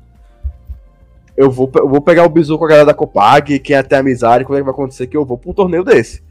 Eu vou pegar o bizu com a galera da Copag, quem até amizade, como é que vai acontecer que eu vou pra um torneio desse.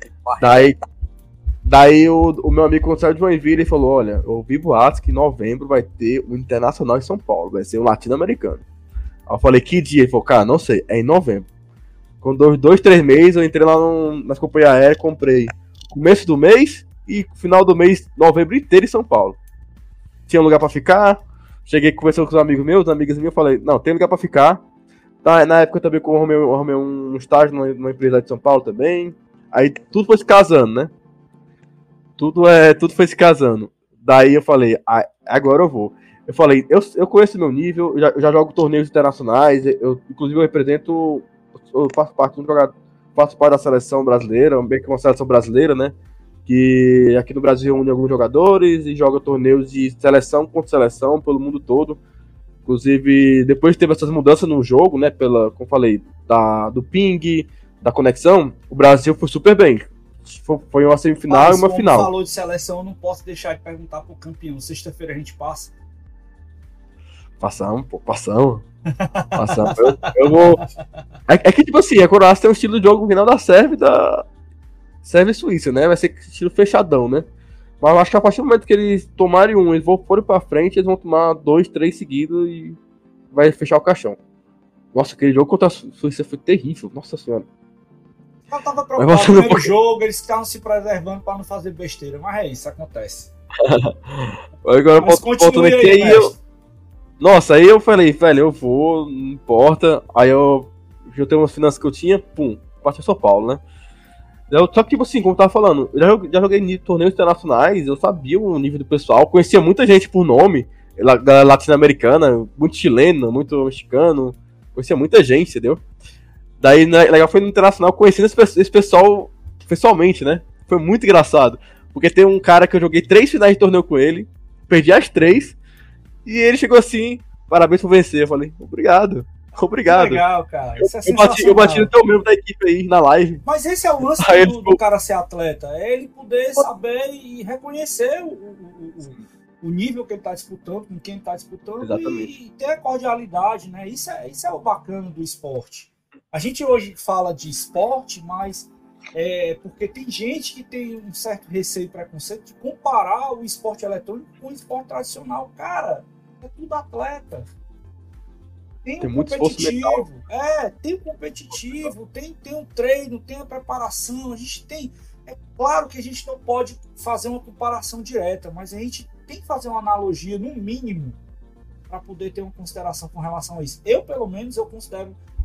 Daí o meu amigo, quando saiu de Joinville, ele falou, olha, eu ouvi boatos que em novembro vai ter o Internacional em São Paulo, vai ser o latino-americano. Aí eu falei, que dia? Ele falou, cara, não sei, é em novembro. Com 2-3 meses, eu entrei lá nas companhias aéreas, comprei começo do mês e final do mês, novembro inteiro em São Paulo. Tinha lugar pra ficar, cheguei conversando com os amigos meus, amigas minhas, falei, não, tem lugar pra ficar. Na época também eu arrumei um estágio numa empresa de São Paulo também. Aí tudo foi se casando, né? Tudo foi se casando. Daí eu falei, agora eu vou. Eu falei, eu conheço meu nível, eu já jogo torneios internacionais, inclusive eu represento, eu faço parte da seleção brasileira, bem que uma seleção brasileira, né? Que aqui no Brasil reúne alguns jogadores e joga torneios de seleção contra seleção pelo mundo todo. Inclusive, depois teve essas mudanças no jogo, né? Como eu falei, do ping, da conexão, o Brasil foi super bem. Foi uma semifinal e uma final. Como falou de seleção, eu não posso deixar de perguntar pro campeão. Sexta-feira a gente passa. Passamos. Eu vou. É que, tipo assim, a Croácia tem um estilo de jogo final da Sérvia e Suíça, né? Vai ser estilo fechadão, né? Mas eu acho que a partir do momento que eles tomarem eles forem pra frente, eles vão tomar 2, 3 seguidos e vai fechar o caixão. Nossa, aquele jogo contra a Suíça foi terrível. Nossa senhora. Eu tava preocupado no primeiro jogo, eles ficaram se preservando pra não fazer besteira, mas é isso, acontece. Agora voltando aqui, Nossa, aí eu falei, velho, eu vou, não importa. Aí eu juntei umas finanças que eu tinha, parti São Paulo, né? Só que, tipo assim, como eu tava falando, eu já joguei torneios internacionais, eu sabia o nível do pessoal, conhecia muita gente por nome, latino-americana, muito chileno, muito mexicano, conhecia muita gente, entendeu? Daí, legal, foi no Internacional conhecendo esse pessoal pessoalmente, né? Foi muito engraçado. Porque tem um cara que eu joguei 3 finais de torneio com ele, perdi as 3, e ele chegou assim, parabéns por vencer. Eu falei, obrigado. Legal, cara. Isso é eu bati no teu membro da equipe aí, na live. Mas esse é o lance do cara ser atleta, é ele poder saber e reconhecer o nível que ele tá disputando, com quem ele tá disputando. Exatamente. E ter a cordialidade, né? Isso é o bacana do esporte. A gente hoje fala de esporte, mas porque tem gente que tem um certo receio e preconceito de comparar o esporte eletrônico com o esporte tradicional. Cara, é tudo atleta. Tem um competitivo. Tem um competitivo, tem um treino, tem a preparação. A gente tem. É claro que a gente não pode fazer uma comparação direta, mas a gente tem que fazer uma analogia, no mínimo, para poder ter uma consideração com relação a isso. Eu, pelo menos, eu considero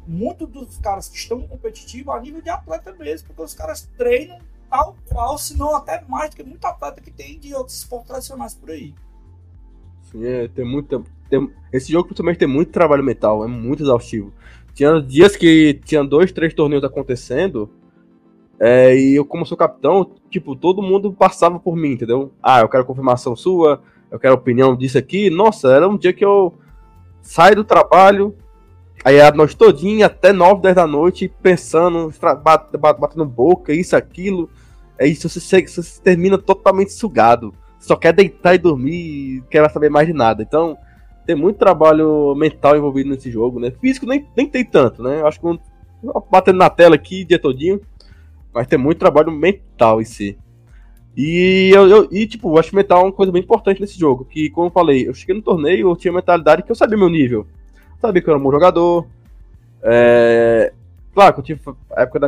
muito dos caras que estão competitivos a nível de atleta mesmo, porque os caras treinam tal qual, se não até mais do que muito atleta que tem de outros esportes tradicionais por aí. Sim, esse jogo principalmente tem muito trabalho mental, é muito exaustivo. Tinha dias que tinha 2, 3 torneios acontecendo, e eu, como sou capitão, tipo, todo mundo passava por mim, entendeu? Ah, eu quero confirmação sua, eu quero opinião disso aqui. Nossa, era um dia que eu saio do trabalho, aí era a noite todinha, até 9, 10 da noite, pensando, batendo boca, isso, aquilo. É isso, você termina totalmente sugado. Só quer deitar e dormir, não quer saber mais de nada. Então, tem muito trabalho mental envolvido nesse jogo, né? Físico nem tem tanto, né? Eu acho que batendo na tela aqui o dia todinho, mas tem muito trabalho mental em si. E tipo, eu acho mental uma coisa bem importante nesse jogo. Que, como eu falei, eu cheguei no torneio, eu tinha mentalidade que eu sabia meu nível. Sabia que eu era um bom jogador. Claro que eu tive a época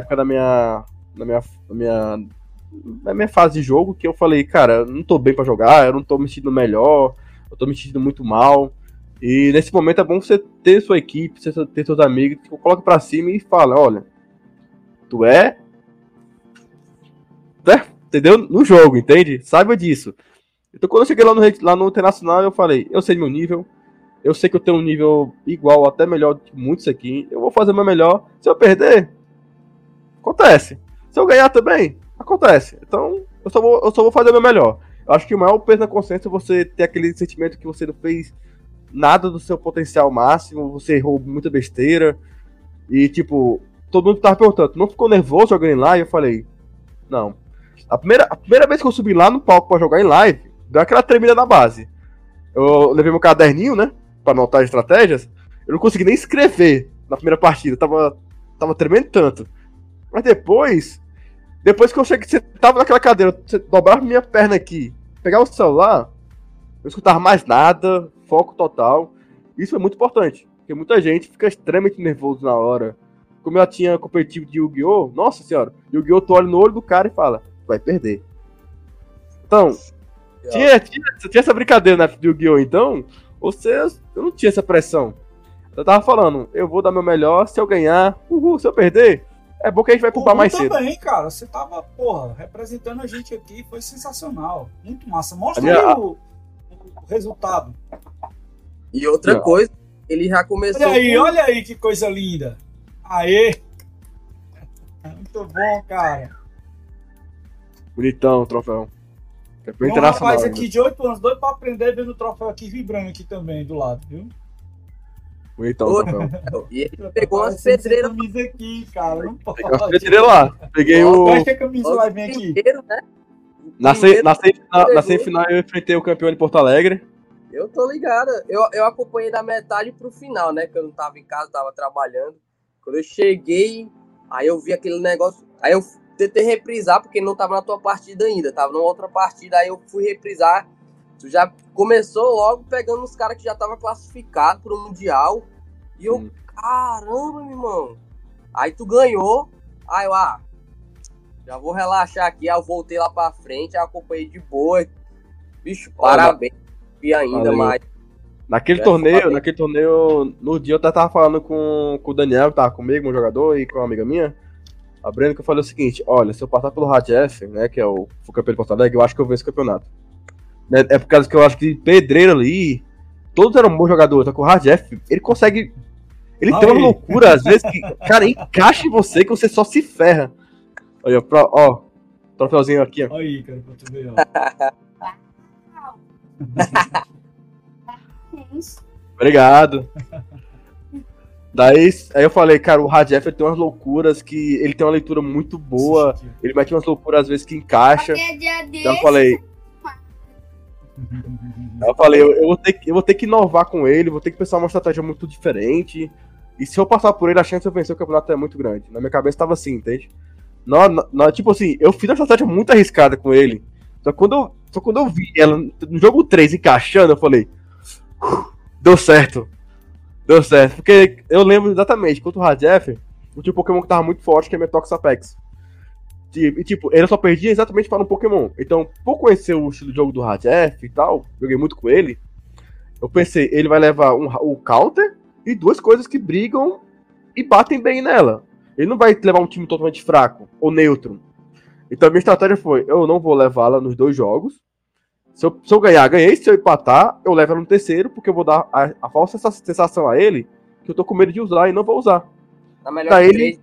da minha fase de jogo que eu falei, cara, eu não tô bem pra jogar, eu não tô me sentindo melhor, eu tô me sentindo muito mal. E nesse momento é bom você ter sua equipe, você ter seus amigos, que coloca pra cima e fala, olha, tu entendeu? No jogo, entende? Saiba disso. Então quando eu cheguei lá no Internacional, eu falei, eu sei meu nível, eu sei que eu tenho um nível igual, até melhor que muitos aqui, eu vou fazer o meu melhor. Se eu perder, acontece. Se eu ganhar também, acontece. Então, eu só vou fazer o meu melhor. Eu acho que o maior peso na consciência é você ter aquele sentimento que você não fez nada do seu potencial máximo, você errou muita besteira. E, tipo, todo mundo tava perguntando, não ficou nervoso jogando em live? Eu falei, não. A primeira vez que eu subi lá no palco pra jogar em live, deu aquela tremida na base. Eu levei meu caderninho, né, pra anotar as estratégias. Eu não consegui nem escrever na primeira partida, tava tremendo tanto. Mas depois que eu cheguei, você tava naquela cadeira, você dobrava minha perna aqui, pegava o celular, eu escutava mais nada, foco total. Isso foi muito importante, porque muita gente fica extremamente nervoso na hora. Como eu tinha competitivo de Yu-Gi-Oh!, nossa senhora, Yu-Gi-Oh! Tu olha no olho do cara e fala, vai perder. Então, tinha essa brincadeira na de Yu-Gi-Oh! Então, eu não tinha essa pressão. Eu tava falando, eu vou dar meu melhor, se eu ganhar, se eu perder, é bom que a gente vai culpar mais cedo. Também, cara. Você tava, representando a gente aqui. Foi sensacional. Muito massa. Mostra aí o resultado. E outra coisa, ele já começou... Olha aí que coisa linda. Aê! Muito bom, cara. Bonitão o troféu. Tem um rapaz aqui de 8 anos, doido pra aprender, vendo o troféu aqui vibrando aqui também, do lado, viu? Bonitão o troféu. E ele pegou as pedreiras aqui, cara. Não pode. Peguei as pedreiras lá. Peguei Fecha a camisa lá e vem aqui. Né? Na semifinal eu enfrentei o campeão de Porto Alegre. Eu tô ligado. Eu acompanhei da metade pro final, né? Que eu não tava em casa, tava trabalhando. Quando eu cheguei, aí eu vi aquele negócio. Aí eu tentei reprisar, porque não tava na tua partida ainda. Tava numa outra partida, aí eu fui reprisar. Tu já começou logo pegando os caras que já estavam classificados pro Mundial. E eu, caramba, meu irmão. Aí tu ganhou. Aí eu, já vou relaxar aqui. Aí eu voltei lá pra frente, aí acompanhei de boa. Bicho, parabéns. E ainda mais. Naquele torneio, no dia eu tava falando com o Daniel, que tava comigo, um jogador, e com uma amiga minha, a Brenda, que eu falei o seguinte, olha, se eu passar pelo Radjef, né, que é o campeão de Porto Alegre, eu acho que eu venço o campeonato. É por causa que eu acho que pedreiro ali, todos eram bons jogadores, só que o Radjef, ele consegue, ele tem uma loucura, às vezes, que, cara, encaixa em você, que você só se ferra. Olha, troféuzinho aqui, ó. Olha aí, cara, pra tu ver, ó. Obrigado. Daí aí eu falei, cara, o Radjef tem umas loucuras que ele tem uma leitura muito boa. Ele mete umas loucuras às vezes que encaixa. Então eu falei, eu vou ter que inovar com ele, vou ter que pensar uma estratégia muito diferente. E se eu passar por ele, a chance de eu vencer o campeonato é muito grande. Na minha cabeça tava assim, entende? Tipo assim, eu fiz uma estratégia muito arriscada com ele. Só quando eu vi ela no jogo 3 encaixando, eu falei, deu certo. Deu certo. Porque eu lembro exatamente, contra o Radjef, eu tinha um Pokémon que tava muito forte, que é Metox Apex. E tipo, ele só perdia exatamente para um Pokémon. Então, por conhecer o estilo de jogo do Radjef e tal, joguei muito com ele, eu pensei, ele vai levar o counter e duas coisas que brigam e batem bem nela. Ele não vai levar um time totalmente fraco ou neutro. Então a minha estratégia foi, eu não vou levá-la nos 2 jogos. Se eu ganhar, ganhei. Se eu empatar, eu levo ela no terceiro, porque eu vou dar a falsa sensação a ele que eu tô com medo de usar e não vou usar. Na melhor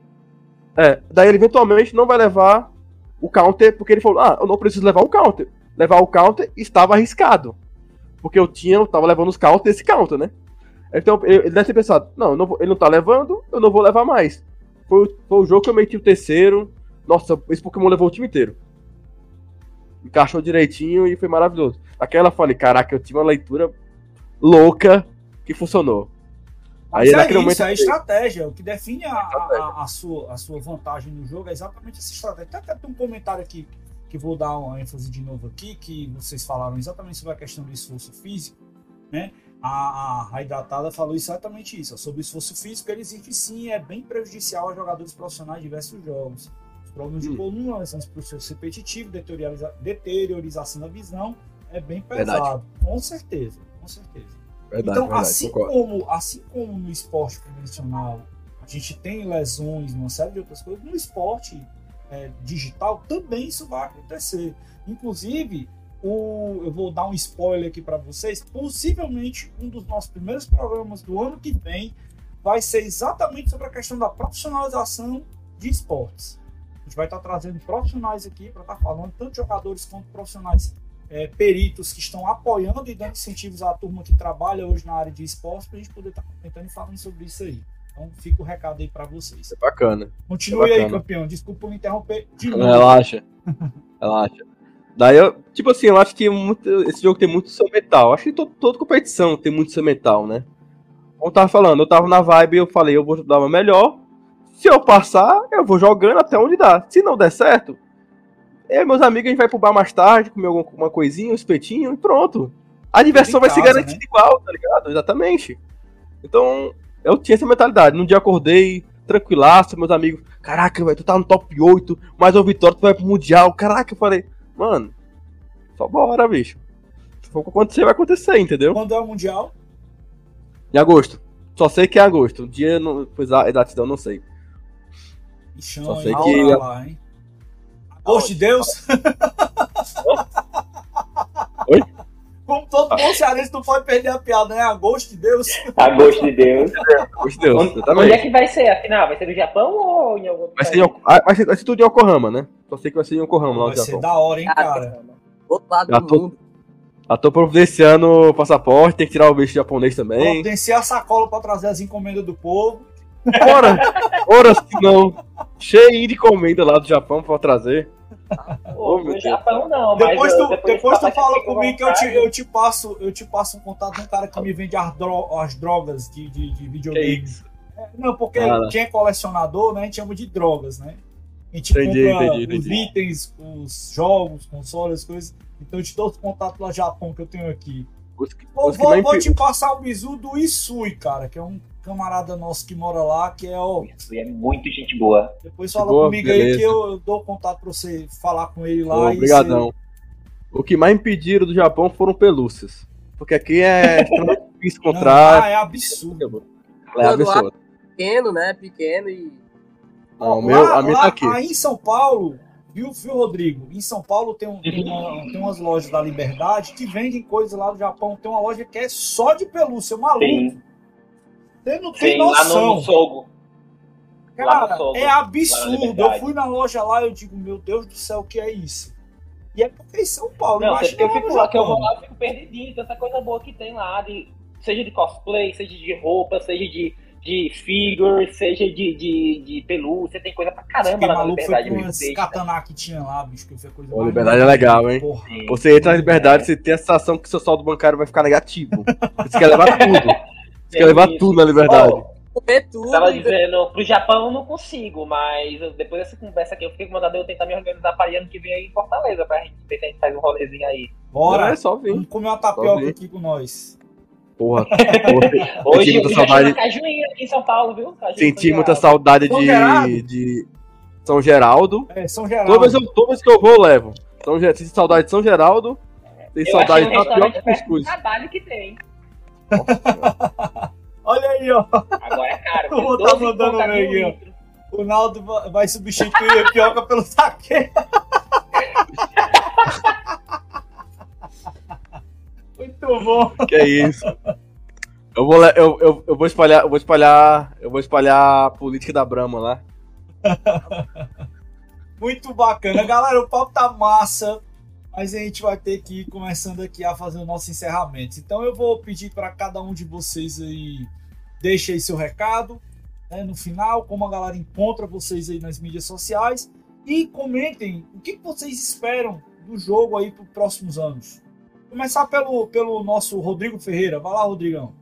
Daí ele eventualmente não vai levar o counter, porque ele falou, eu não preciso levar o counter. Levar o counter estava arriscado. Porque eu tava levando os counters esse counter, né? Então ele deve ter pensado, ele não tá levando, eu não vou levar mais. Foi o jogo que eu meti o terceiro. Nossa, esse Pokémon levou o time inteiro. Encaixou direitinho e foi maravilhoso. Aquela eu falei, caraca, eu tive uma leitura louca que funcionou. Mas aí isso, é a estratégia. O que define a sua vantagem no jogo é exatamente essa estratégia. Até tem um comentário aqui que vou dar uma ênfase de novo aqui, que vocês falaram exatamente sobre a questão do esforço físico, né? A Hidratada falou exatamente isso, sobre o esforço físico. Ele existe sim, é bem prejudicial a jogadores profissionais de diversos jogos. Os problemas de coluna, lesões por esforço repetitivo, deteriorização da visão, é bem pesado. Verdade. Com certeza. Verdade, então, assim como no esporte convencional a gente tem lesões, uma série de outras coisas, no esporte digital também isso vai acontecer. Inclusive, eu vou dar um spoiler aqui para vocês, possivelmente um dos nossos primeiros programas do ano que vem vai ser exatamente sobre a questão da profissionalização de esportes. A gente vai estar trazendo profissionais aqui para estar falando, tanto jogadores quanto profissionais peritos que estão apoiando e dando incentivos à turma que trabalha hoje na área de esportes, para a gente poder estar comentando e falando sobre isso aí. Então fica o recado aí para vocês. É bacana. Continue aí, campeão. Desculpa por me interromper de novo. Relaxa. Daí eu acho que esse jogo tem muito seu mental. Acho que toda competição tem muito seu mental, né? Como eu tava falando, eu tava na vibe e eu falei, eu vou dar o meu melhor. Se eu passar, eu vou jogando até onde dá. Se não der certo, eu e meus amigos, a gente vai pro bar mais tarde, comer alguma coisinha, um espetinho e pronto. A diversão vai ser garantida, né? Igual, tá ligado? Exatamente. Então, eu tinha essa mentalidade. Num dia acordei, tranquilaço, meus amigos, caraca, velho, tu tá no top 8, mais uma vitória, tu vai pro Mundial. Caraca, eu falei, mano, só bora, bicho. Se for acontecer, vai acontecer, entendeu? Quando é o Mundial? Em agosto. Só sei que é agosto. O dia, pois a exatidão, não sei. Ixão, só sei que... lá, hein? Agosto de Deus? Oi? Como todo bom cearense não pode perder a piada, né? Agosto de Deus. Agosto de Deus. Agosto de Deus, exatamente. Onde é que vai ser, afinal? Vai ser no Japão ou em algum vai ser tudo em Yokohama, né? Só sei que vai ser em Yokohama, lá no Japão. Vai ser da hora, hein, cara? Outro lado do mundo. Já tô providenciando o passaporte, tem que tirar o bicho japonês também. Providenciar a sacola pra trazer as encomendas do povo. Ora se não. Cheio de encomenda lá do Japão pra trazer. No Japão não, depois tu fala comigo que eu te passo um contato de um cara que me vende as drogas de videogame. Não, porque quem é colecionador, né, a gente chama de drogas, né? A gente compra os itens, os jogos, consoles, as coisas. Então eu te dou os contatos lá no Japão que eu tenho aqui. Vou te passar o bizu do Isui, cara, que é um camarada nosso que mora lá, que é o... Isso é muito gente boa. Depois fala comigo, beleza. Aí que eu dou contato pra você falar com ele lá. Obrigadão. Você... O que mais me pediram do Japão foram pelúcias. Porque aqui é extremamente difícil encontrar. É absurdo. É absurdo. Pequeno, né? Pequeno e... Não, a minha tá aqui. Aí em São Paulo, viu, Rodrigo? Em São Paulo tem umas lojas da Liberdade que vendem coisas lá do Japão. Tem uma loja que é só de pelúcia, maluco. Sim. Você não tem noção. Lá no Sogo. Cara, é absurdo. Eu fui na loja lá e eu digo, meu Deus do céu, o que é isso? E é porque em São Paulo. Não, que eu fico lá, que eu vou lá, eu fico perdidinho. Tanta coisa boa que tem lá, seja de cosplay, seja de roupa, seja de figure, seja de pelúcia, tem coisa pra caramba lá na Liberdade. Foi esse katana que tinha lá, bicho, que foi coisa mais. Liberdade é legal, hein? Porra. Você entra na Liberdade, você tem a sensação que seu saldo bancário vai ficar negativo. Você quer levar tudo. Você quer levar tudo na Liberdade. Eu tava dizendo, pro Japão eu não consigo, mas depois dessa conversa aqui eu fiquei com vontade de eu tentar me organizar para ano que vem aí em Fortaleza, pra gente ver se a gente faz um rolezinho aí. Bora, só vir. Vamos comer uma tapioca aqui com nós. Porra. Hoje eu já tive cajuína aqui em São Paulo, viu? Senti muita saudade de São Geraldo. São Geraldo. Todas as que eu vou, eu levo. Senti saudade de São Geraldo. Tem saudade de tapioca e cuscuz. Trabalho que tem. Olha aí, ó. Agora é caro. Eu vou tá mandando um aqui, ó. O Naldo vai substituir a Pioca pelo Saque. Muito bom. Que é isso. Eu vou espalhar a política da Brahma lá. Muito bacana. Galera, o papo tá massa, mas a gente vai ter que ir começando aqui a fazer o nosso encerramento. Então eu vou pedir para cada um de vocês aí, deixe aí seu recado, né, no final, como a galera encontra vocês aí nas mídias sociais, e comentem o que vocês esperam do jogo aí para os próximos anos. Começar pelo nosso Rodrigo Ferreira. Vai lá, Rodrigão.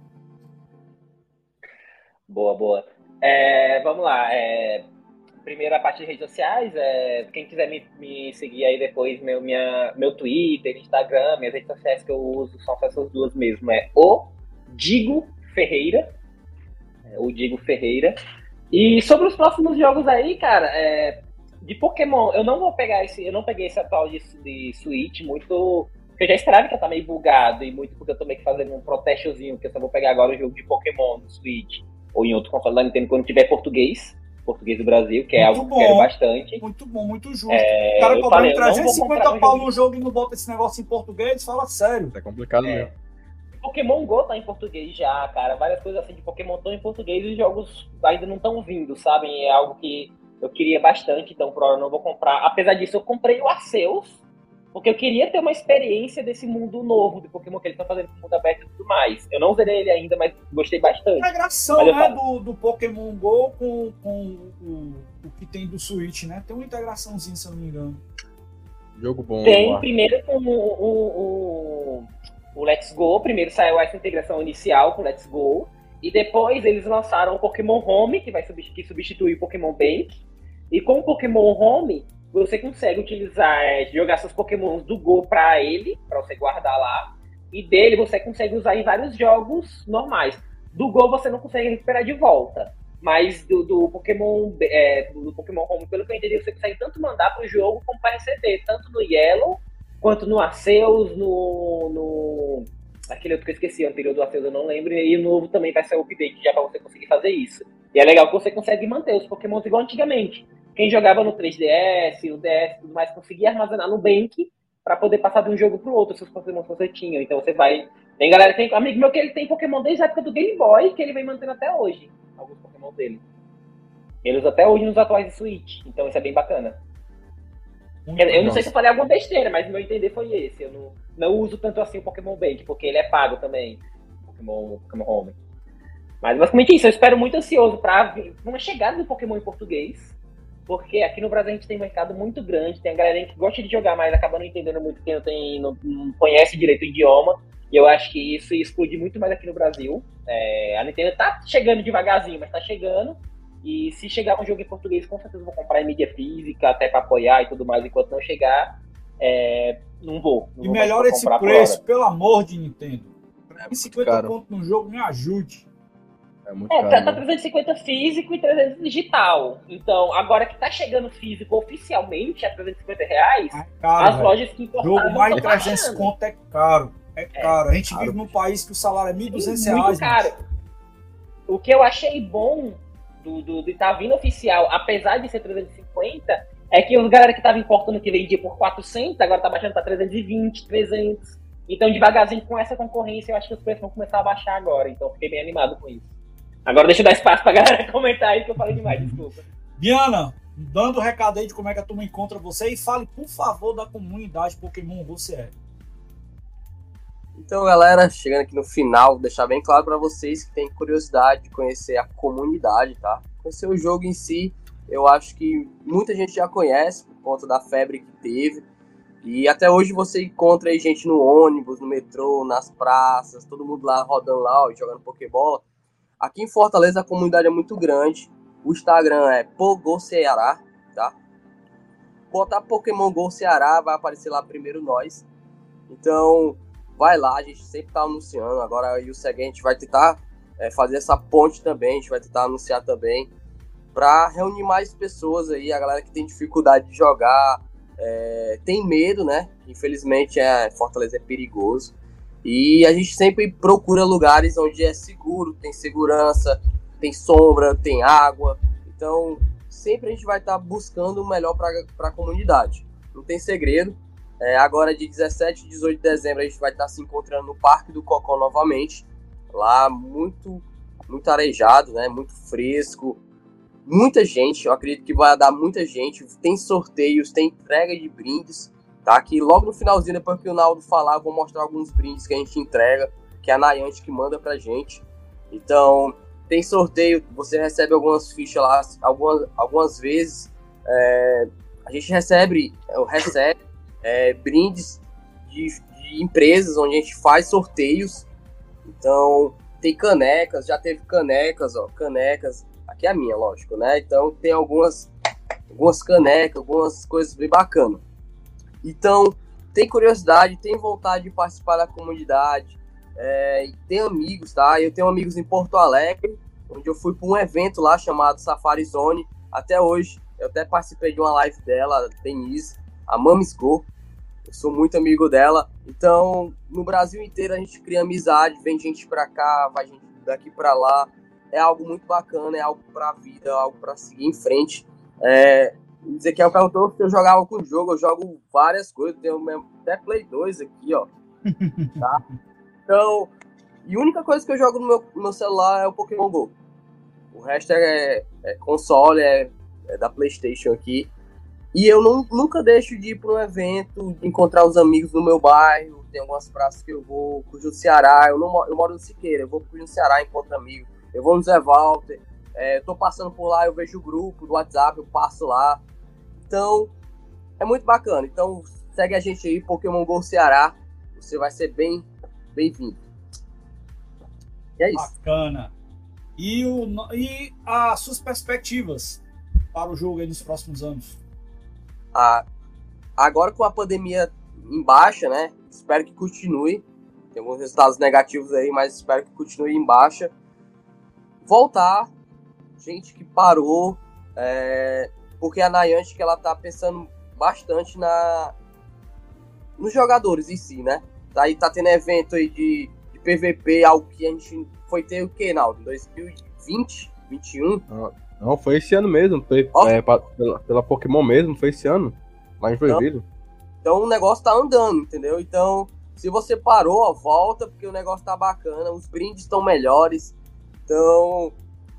Boa. Vamos lá. Primeiro a parte de redes sociais. Quem quiser me seguir aí depois, meu Twitter, Instagram, minhas redes sociais que eu uso são essas duas mesmo. É o Digo Ferreira. O Digo Ferreira. E sobre os próximos jogos aí, cara, de Pokémon, eu não peguei esse atual de Switch muito. Porque eu já esperava que eu tá meio bugado, e muito porque eu tô meio que fazendo um protestozinho, que eu só vou pegar agora o jogo de Pokémon do Switch, ou em outro console da Nintendo, quando tiver português do Brasil, que é muito algo bom, que eu quero bastante. Muito bom, muito justo. O cara cobrando 350 pau no jogo e não bota esse negócio em português, fala sério. É complicado mesmo. Pokémon Go tá em português já, cara. Várias coisas assim de Pokémon estão em português e os jogos ainda não estão vindo, sabe? É algo que eu queria bastante, então por hora eu não vou comprar. Apesar disso, eu comprei o Arceus, porque eu queria ter uma experiência desse mundo novo de Pokémon que eles estão fazendo com o mundo aberto e tudo mais. Eu não zerei ele ainda, mas gostei bastante. Integração, né, do Pokémon Go com o que tem do Switch, né? Tem uma integraçãozinha, se eu não me engano. Jogo bom. Tem, primeiro com o Let's Go. Primeiro saiu essa integração inicial com o Let's Go. E depois eles lançaram o Pokémon Home, que substitui o Pokémon Bank. E com o Pokémon Home, você consegue jogar seus Pokémons do Go pra você guardar lá. E dele você consegue usar em vários jogos normais. Do Go você não consegue recuperar de volta. Mas do Pokémon Home, pelo que eu entendi, você consegue tanto mandar pro jogo como para receber. Tanto no Yellow, quanto no Arceus, aquele outro que eu esqueci, o anterior do Arceus eu não lembro. E o novo também vai ser o update já pra você conseguir fazer isso. E é legal que você consegue manter os Pokémons igual antigamente. Quem jogava no 3DS, o DS e tudo mais, conseguia armazenar no Bank pra poder passar de um jogo pro outro, se os Pokémon que você tinha. Então você vai... Tem amigo meu que ele tem Pokémon desde a época do Game Boy, que ele vem mantendo até hoje. Alguns Pokémon dele. Ele usa até hoje nos atuais de Switch. Então isso é bem bacana. Eu não sei se eu falei alguma besteira, mas meu entender foi esse. Eu não uso tanto assim o Pokémon Bank, porque ele é pago também. Pokémon Home. Mas basicamente isso. Eu espero muito ansioso pra uma chegada do Pokémon em português. Porque aqui no Brasil a gente tem um mercado muito grande, tem a galera que gosta de jogar, mas acaba não entendendo muito, quem não conhece direito o idioma. E eu acho que isso ia explodir muito mais aqui no Brasil. A Nintendo tá chegando devagarzinho, mas tá chegando. E se chegar um jogo em português, com certeza eu vou comprar em mídia física, até pra apoiar e tudo mais. Enquanto não chegar, não vou. E melhor esse preço, pelo amor de Nintendo. 50 pontos no jogo, me ajude. É muito caro, tá 350 físico e 300 digital. Então, agora que tá chegando físico oficialmente a R$350, caro, as lojas que importaram... Jogo mais de 300 conto é caro. É caro. A gente vive num país que o salário é R$1.200. Muito caro. O que eu achei bom de tá vindo oficial, apesar de ser 350, é que os galera que tava importando que vendia por 400, agora tá baixando pra 320, 300. Então, devagarzinho, com essa concorrência, eu acho que os preços vão começar a baixar agora. Então, fiquei bem animado com isso. Agora deixa eu dar espaço pra galera comentar aí, que eu falei demais, desculpa. Biana, dando o recado aí de como é que a turma encontra você, e fale, por favor, da comunidade Pokémon você é. Então, galera, chegando aqui no final, deixar bem claro para vocês que tem curiosidade de conhecer a comunidade, tá? Conhecer o jogo em si, eu acho que muita gente já conhece, por conta da febre que teve. E até hoje você encontra aí gente no ônibus, no metrô, nas praças, todo mundo lá rodando lá, ó, jogando Pokébola. Aqui em Fortaleza a comunidade é muito grande. O Instagram é PoGoCeará, tá? Botar Pokémon Go Ceará, vai aparecer lá primeiro nós. Então, vai lá, a gente sempre tá anunciando. Agora aí o seguinte, a gente vai tentar fazer essa ponte também, a gente vai tentar anunciar também, para reunir mais pessoas aí, a galera que tem dificuldade de jogar, tem medo, né? Infelizmente Fortaleza é perigoso. E a gente sempre procura lugares onde é seguro, tem segurança, tem sombra, tem água. Então, sempre a gente vai estar buscando o melhor para a comunidade. Não tem segredo. Agora, de 17 e 18 de dezembro, a gente vai estar se encontrando no Parque do Cocó novamente. Lá, muito arejado, né? Muito fresco. Muita gente, eu acredito que vai dar muita gente. Tem sorteios, tem entrega de brindes. Tá? Que logo no finalzinho, depois que o Naldo falar, eu vou mostrar alguns brindes que a gente entrega, que é a Nayante que manda pra gente. Então, tem sorteio, você recebe algumas fichas lá, algumas vezes. A gente recebe brindes de empresas onde a gente faz sorteios. Então, tem canecas, já teve canecas, canecas. Aqui é a minha, lógico, né? Então, tem algumas canecas, algumas coisas bem bacanas. Então, tem curiosidade, tem vontade de participar da comunidade, tem amigos, tá? Eu tenho amigos em Porto Alegre, onde eu fui para um evento lá chamado Safari Zone. Até hoje, eu até participei de uma live dela, a Denise, a Mamis Go. Eu sou muito amigo dela. Então, no Brasil inteiro a gente cria amizade, vem gente para cá, vai gente daqui para lá. É algo muito bacana, é algo para a vida, é algo para seguir em frente. Ezequiel perguntou se eu jogava com o jogo. Eu jogo várias coisas, tenho até Play 2 aqui, ó. Tá? Então, e a única coisa que eu jogo no meu celular é o Pokémon GO. O resto é console, é da PlayStation aqui. E eu nunca deixo de ir para um evento, de encontrar os amigos no meu bairro. Tem algumas praças que eu vou, Cujo Ceará. Eu moro no Siqueira, eu vou pro Cujo Ceará, encontro amigos. Eu vou no Zé Walter. Tô passando por lá, eu vejo o grupo do WhatsApp, eu passo lá. Então, é muito bacana. Então, segue a gente aí, Pokémon GO Ceará. Você vai ser bem-vindo. E é isso. Bacana. E as suas perspectivas para o jogo aí nos próximos anos? Agora com a pandemia em baixa, né? Espero que continue. Tem alguns resultados negativos aí, mas espero que continue em baixa. Voltar, gente que parou, porque a Nayante que ela tá pensando bastante nos jogadores em si, né? Daí tá tendo evento aí de PVP, algo que a gente foi ter o que, Naldo? 2020, 2021? Não, foi esse ano mesmo, pela Pokémon mesmo, foi esse ano, lá em Joinville. Então o negócio tá andando, entendeu? Então, se você parou, ó, volta, porque o negócio tá bacana, os brindes estão melhores. Então,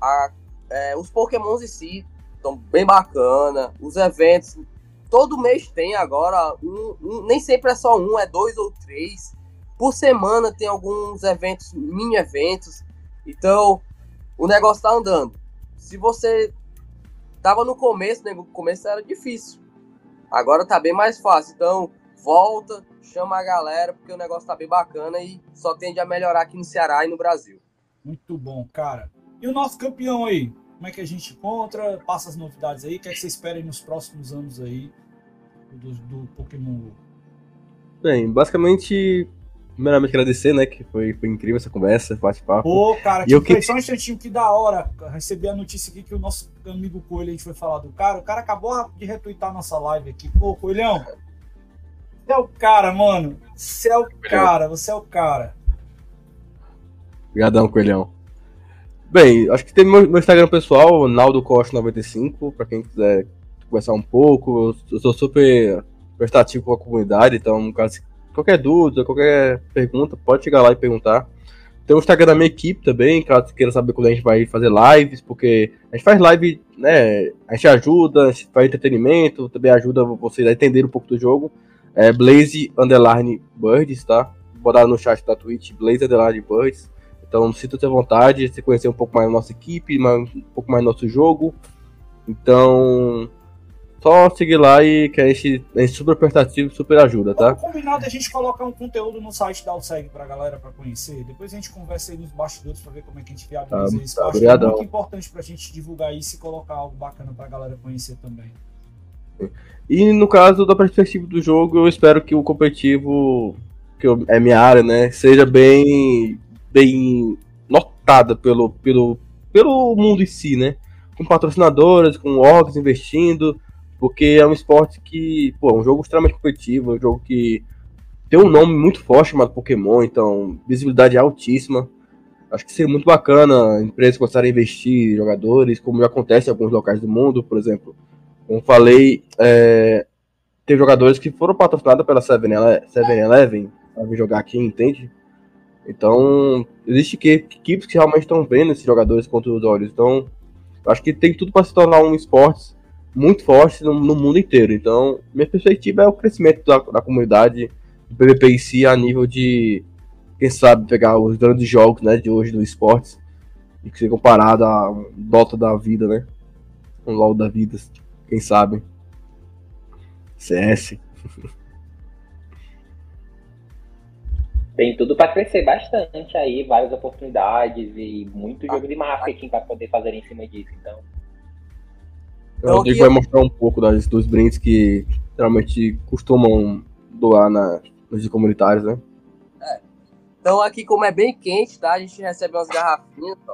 os Pokémons em si estão bem bacana. Os eventos, todo mês tem agora, nem sempre é só um, é 2 ou 3. Por semana tem alguns eventos, mini eventos. Então, o negócio tá andando. Se você tava no começo, né, no começo era difícil. Agora tá bem mais fácil. Então, volta, chama a galera, porque o negócio tá bem bacana e só tende a melhorar aqui no Ceará e no Brasil. Muito bom, cara. E o nosso campeão aí? Como é que a gente encontra? Passa as novidades aí. O que é que você espera aí nos próximos anos aí do Pokémon GO? Bem, basicamente, primeiramente agradecer, né, que foi incrível essa conversa, bate-papo. Pô, cara, foi só um instantinho, que da hora receber a notícia aqui que o nosso amigo Coelho, a gente foi falar do cara. O cara acabou de retweetar nossa live aqui. Pô, Coelhão, você é o cara, mano. Você é o cara. Obrigadão, Coelhão. Bem, acho que tem meu Instagram pessoal, Naldo Costa 95, pra quem quiser conversar um pouco. Eu sou super prestativo com a comunidade, então, caso qualquer dúvida, qualquer pergunta, pode chegar lá e perguntar. Tem o Instagram da minha equipe também, caso queira saber quando a gente vai fazer lives, porque a gente faz live, né, a gente ajuda, a gente faz entretenimento, também ajuda vocês a entender um pouco do jogo. Blaze_Birds, tá? Vou botar no chat da Twitch, Blaze_Birds. Então, sinta-se à vontade de conhecer um pouco mais da nossa equipe, um pouco mais do nosso jogo. Então, só seguir lá e que a gente é super prestativo, super ajuda, tá? Combinado a gente colocar um conteúdo no site da Alseg pra galera pra conhecer. Depois a gente conversa aí nos bastidores pra ver como é que a gente viabiliza isso. Acho que é muito importante pra gente divulgar isso e colocar algo bacana pra galera conhecer também. E no caso da perspectiva do jogo, eu espero que o competitivo, que é minha área, né, seja bem notada pelo mundo em si, né? Com patrocinadoras, com órgãos investindo, porque é um esporte que, pô, é um jogo extremamente competitivo, é um jogo que tem um nome muito forte chamado Pokémon, então visibilidade altíssima. Acho que seria muito bacana empresas começarem a investir em jogadores, como já acontece em alguns locais do mundo, por exemplo. Como falei, tem jogadores que foram patrocinados pela 7-Eleven para vir jogar aqui, entende? Então, existe equipes que realmente estão vendo esses jogadores contra os olhos. Então, acho que tem tudo para se tornar um esporte muito forte no mundo inteiro. Então, minha perspectiva é o crescimento da comunidade do PVP em si a nível de, quem sabe, pegar os grandes jogos, né, de hoje do esporte e que ser comparado a um Dota da vida, né? Um LoL da vida, quem sabe. CS. Tem tudo para crescer bastante aí, várias oportunidades e muito jogo de marketing para poder fazer em cima disso. Então, O Rodrigo vai mostrar um pouco dos brindes que geralmente costumam doar nos comunitários, né? Então aqui, como é bem quente, tá? A gente recebe umas garrafinhas, ó.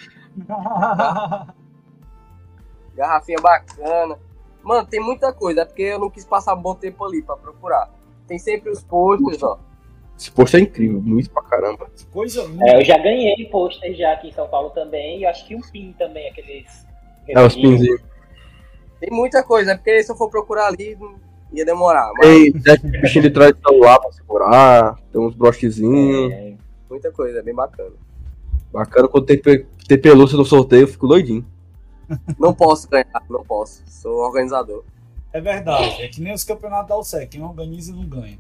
Garrafinha bacana. Mano, tem muita coisa, é porque eu não quis passar um bom tempo ali pra procurar. Tem sempre os posters, ó. Esse post é incrível, muito pra caramba. Coisa linda. eu já ganhei pôster já aqui em São Paulo também, e eu acho que um pin também, aqueles... Os pinzinhos. Tem muita coisa, é porque se eu for procurar ali, ia demorar. Mas Tem bichinho de trás do celular pra segurar, tem uns brochezinhos. muita coisa, é bem bacana. Bacana quando tem pelúcia no sorteio, eu fico doidinho. Não posso ganhar, não posso. Sou organizador. É verdade, é que nem os campeonatos da UCEC, quem organiza não ganha.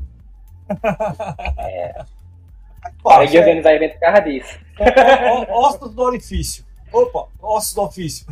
Para de organizar evento por causa disso. Ossos do orifício. Opa, ossos do ofício.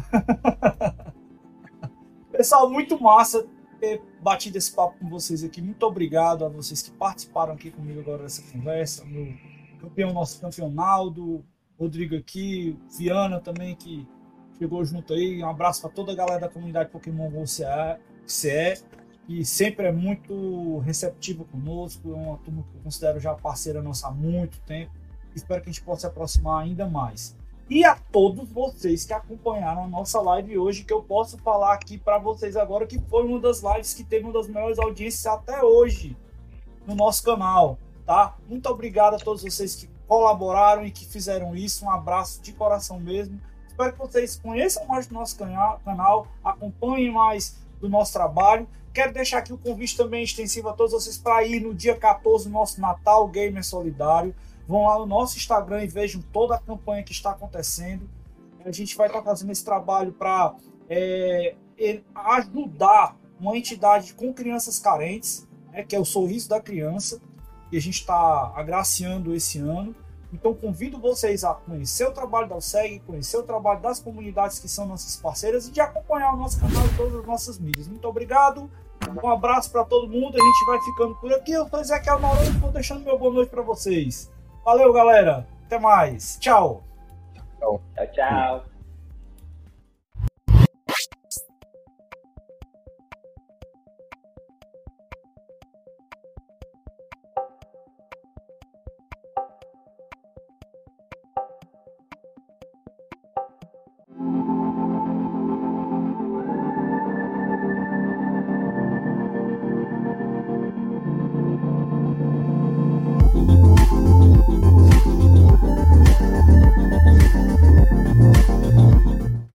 Pessoal, muito massa ter batido esse papo com vocês aqui. Muito obrigado a vocês que participaram aqui comigo agora dessa conversa. Nosso campeão Naldo, Rodrigo aqui, Viana também, que chegou junto aí. Um abraço para toda a galera da comunidade Pokémon GO CE, que sempre é muito receptiva conosco. É uma turma que eu considero já parceira nossa há muito tempo. Espero que a gente possa se aproximar ainda mais. E a todos vocês que acompanharam a nossa live hoje, que eu posso falar aqui para vocês agora que foi uma das lives que teve uma das maiores audiências até hoje no nosso canal, tá? Muito obrigado a todos vocês que colaboraram e que fizeram isso. Um abraço de coração mesmo. Espero que vocês conheçam mais do nosso canal, acompanhem mais do nosso trabalho. Quero deixar aqui o convite também extensivo a todos vocês para ir no dia 14 no nosso Natal Gamer Solidário. Vão lá no nosso Instagram e vejam toda a campanha que está acontecendo. A gente vai estar fazendo esse trabalho para ajudar uma entidade com crianças carentes, né, que é o Sorriso da Criança, que a gente está agraciando esse ano. Então convido vocês a conhecer o trabalho da UCEG, conhecer o trabalho das comunidades que são nossas parceiras e de acompanhar o nosso canal e todas as nossas mídias. Muito obrigado, um abraço para todo mundo, a gente vai ficando por aqui. Eu sou Ezequiel Noronha e estou deixando meu boa noite para vocês. Valeu, galera. Até mais. Tchau. Tchau, tchau.